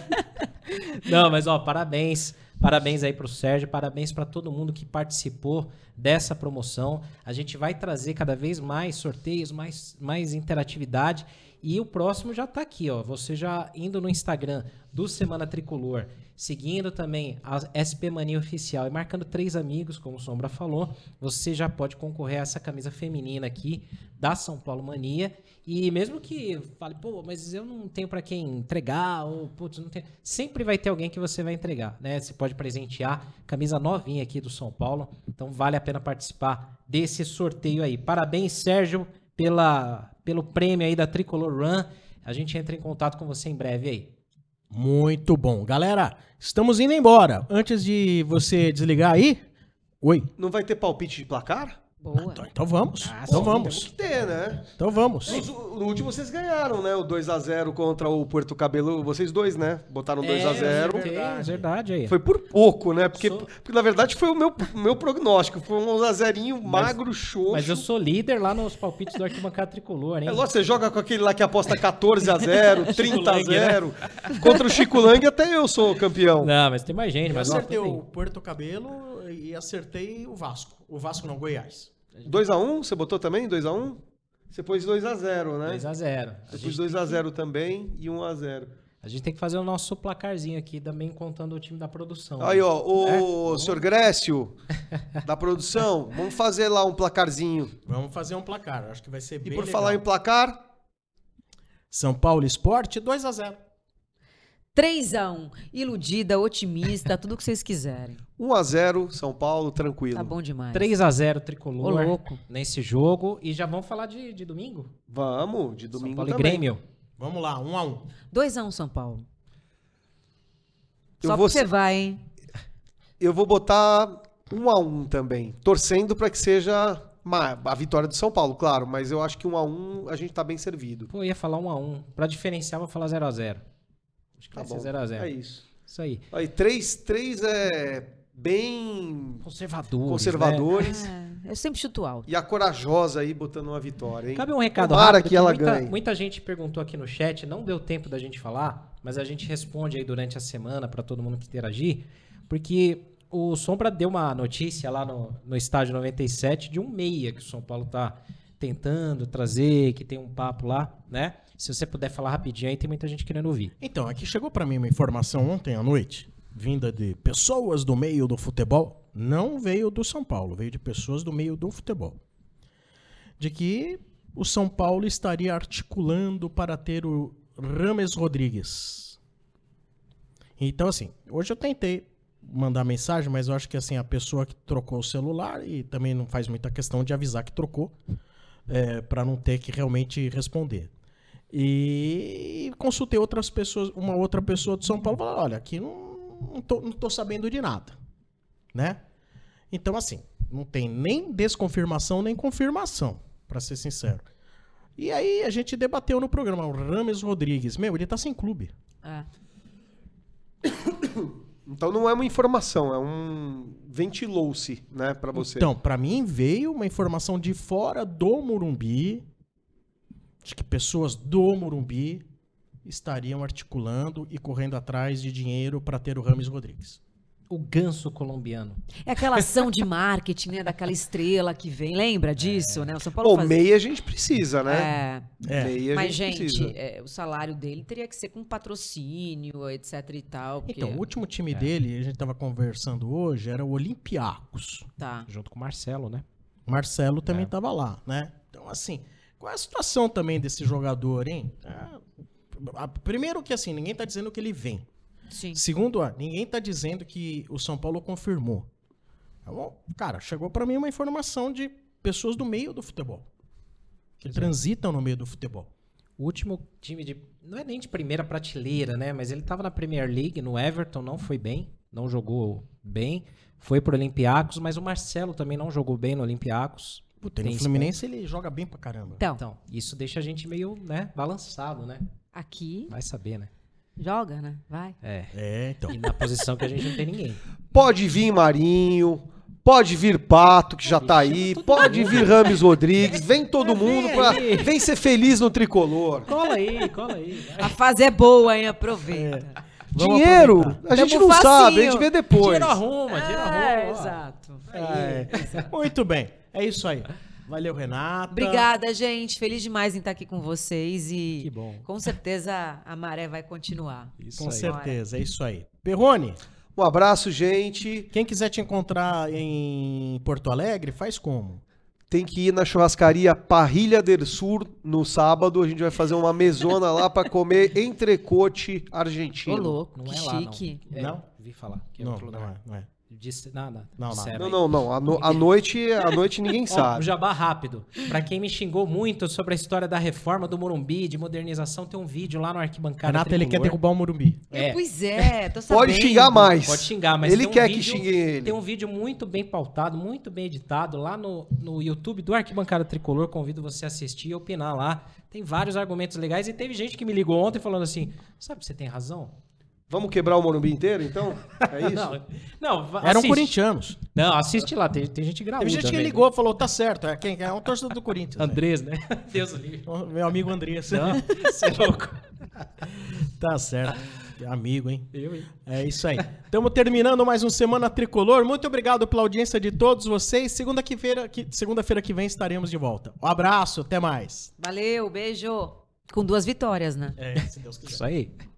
Não, mas ó, parabéns. Parabéns aí pro Sérgio, parabéns para todo mundo que participou dessa promoção. A gente vai trazer cada vez mais sorteios, mais interatividade. E o próximo já tá aqui, ó. Você já indo no Instagram do Semana Tricolor, seguindo também a SP Mania Oficial e marcando 3 amigos, como o Sombra falou, você já pode concorrer a essa camisa feminina aqui da São Paulo Mania. E mesmo que fale, pô, mas eu não tenho pra quem entregar, ou putz, não tenho. Sempre vai ter alguém que você vai entregar, né? Você pode presentear camisa novinha aqui do São Paulo. Então vale a pena participar desse sorteio aí. Parabéns, Sérgio, pelo prêmio aí da Tricolor Run. A gente entra em contato com você em breve aí. Muito bom. Galera, estamos indo embora. Antes de você desligar aí... Oi. Não vai ter palpite de placar? Boa. Então vamos. Ah, Então sim, vamos. Tem que ter, né? Então vamos. No último vocês ganharam, né? O 2x0 contra o Puerto Cabelo. Vocês dois, né? Botaram 2x0. Verdade aí. Foi por pouco, né? Porque, Sou- porque na verdade foi o meu prognóstico. Foi um 1x0 magro, xoxo. Mas eu sou líder lá nos palpites do Arquibancada Tricolor, hein? É lógico, você joga com aquele lá que aposta 14x0, 30x0. Contra o Chico Lang, até eu sou campeão. Não, mas tem mais gente. Eu Mas ó, acertei tudo o bem. Puerto Cabelo e acertei o Vasco. O Vasco não, Goiás. 2x1, você botou também 2x1? Você pôs 2x0, né? 2x0. Eu pus 2x0 também e 1x0. A gente tem que fazer o nosso placarzinho aqui, também contando o time da produção. Aí, ó, o É? senhor Grécio, da produção, vamos fazer lá um placarzinho. Vamos fazer um placar. Acho que vai ser E bem por legal. falar em placar, São Paulo Esporte, 2x0. 3x1. Iludida, otimista, tudo que vocês quiserem. 1x0, São Paulo, tranquilo. Tá bom demais. 3x0 Ô, Tricolor louco. nesse jogo. E já vamos falar de domingo. Vamos, de São domingo Paulo e também. Grêmio. Vamos lá, 1x1. 2x1 São Paulo. Eu Só vou porque você vai, hein? Eu vou botar 1x1 também, torcendo para que seja a vitória do São Paulo, claro, mas eu acho que 1x1 a gente tá bem servido. Pô, eu ia falar 1x1. Pra diferenciar, vou falar 0x0. Acho que Tá vai bom, ser 0x0. é isso. Isso aí. Aí, 3 é bem Conservadores. Né? Eu sempre chuto alto. e a corajosa aí botando uma vitória, hein? Cabe um recado Tomara rápido. que ela muita, ganhe. muita gente perguntou aqui no chat, não deu tempo da gente falar, mas a gente responde aí durante a semana pra todo mundo que interagir, porque o Sombra deu uma notícia lá no estádio 97 de um meia que o São Paulo tá tentando trazer, que tem um papo lá, né? Se você puder falar rapidinho aí, tem muita gente querendo ouvir. Então, aqui chegou pra mim uma informação ontem à noite, vinda de pessoas do meio do futebol, não veio do São Paulo, veio de pessoas do meio do futebol, de que o São Paulo estaria articulando para ter o Rames Rodrigues. Então, assim, hoje eu tentei mandar mensagem, mas eu acho que assim, a pessoa que trocou o celular e também não faz muita questão de avisar que trocou, para não ter que realmente responder. E consultei outras pessoas, uma outra pessoa de São Paulo, falou, olha, aqui não tô sabendo de nada, né? Então, assim, não tem nem desconfirmação, nem confirmação, para ser sincero. E aí a gente debateu no programa, o Rames Rodrigues, ele tá sem clube. Então não é uma informação, é um ventilou-se, né, pra você. Então, pra mim veio uma informação de fora do Morumbi, de que pessoas do Morumbi estariam articulando e correndo atrás de dinheiro para ter o Rames Rodrigues. O ganso colombiano. É aquela ação de marketing, né? Daquela estrela que vem. Lembra disso, né? O São Paulo Pô, meia a gente precisa, né? Meia Mas, a gente gente, precisa. o salário dele teria que ser com patrocínio, etc e tal. Porque... Então, o último time dele, a gente tava conversando hoje, era o Olympiacos. Tá. Junto com o Marcelo, né? O Marcelo também tava lá, né? Então, assim, qual é a situação também desse jogador, hein? Primeiro que, assim, ninguém tá dizendo que ele vem. Sim. Segundo, ninguém tá dizendo que o São Paulo confirmou. Então, cara, chegou pra mim uma informação de pessoas do meio do futebol. Que transitam no meio do futebol. O último time não é nem de primeira prateleira, né? Mas ele tava na Premier League, no Everton, não foi bem. Não jogou bem. Foi pro Olympiacos, mas o Marcelo também não jogou bem no Olympiacos. Puta, no Fluminense ele joga bem pra caramba. Então, Isso deixa a gente meio, né, balançado, né? aqui, Vai saber, né? joga, né? Vai. Então. E na posição que a gente não tem ninguém. Pode vir Marinho, pode vir Pato, que já tá aí, pode vir Rames Rodrigues, vem todo mundo, vem ser feliz no tricolor. Cola aí, cola aí. A fase é boa, hein? Aproveita. Vamos Dinheiro, aproveitar. a gente Tamo não sabe, facinho. a gente vê depois. Dinheiro arruma, dinheiro arruma. Exato. Muito bem, é isso aí. Valeu, Renata. Obrigada, gente. Feliz demais em estar aqui com vocês e Que bom. com certeza a maré vai continuar. Isso Com aí. certeza, é isso aí. Perrone, Um abraço, gente. quem quiser te encontrar em Porto Alegre, faz como? Tem que ir na churrascaria Parrilha del Sur no sábado. A gente vai fazer uma mesona lá pra comer entrecote Ô, argentino. louco, Não que é lá, chique. não. Não? Vi falar. Que Não, outro lugar. não é. Disse, nada. Não, não. Disseram Não, aí. não. À noite ninguém Ó, sabe. um jabá rápido. Pra quem me xingou muito sobre a história da reforma do Morumbi, de modernização, tem um vídeo lá no Arquibancada Renata, ele quer Tricolor. derrubar o Morumbi. Pois é, tô sabendo. Pode xingar mais. Pode xingar, mas ele tem um quer vídeo, que xingue ele. Tem um vídeo muito bem pautado, muito bem editado lá no YouTube do Arquibancada Tricolor. Convido você a assistir e opinar lá. Tem vários argumentos legais e teve gente que me ligou ontem falando assim, sabe, você tem razão? Vamos quebrar o Morumbi inteiro, então? É isso? Não, Eram assiste. corintianos. Não, assiste lá, tem gente graúda. Teve gente que velho. ligou e falou, tá certo, é um torcedor do Corinthians. Andrés, né? Deus o livre. Né? Meu amigo Andrés. Não, você é louco. Tá certo. Amigo, hein? Eu, hein? É isso aí. Estamos terminando mais um Semana Tricolor. Muito obrigado pela audiência de todos vocês. Segunda-feira que vem estaremos de volta. Um abraço, até mais. Valeu, beijo. Com 2 vitórias, né? Se Deus quiser. Isso aí.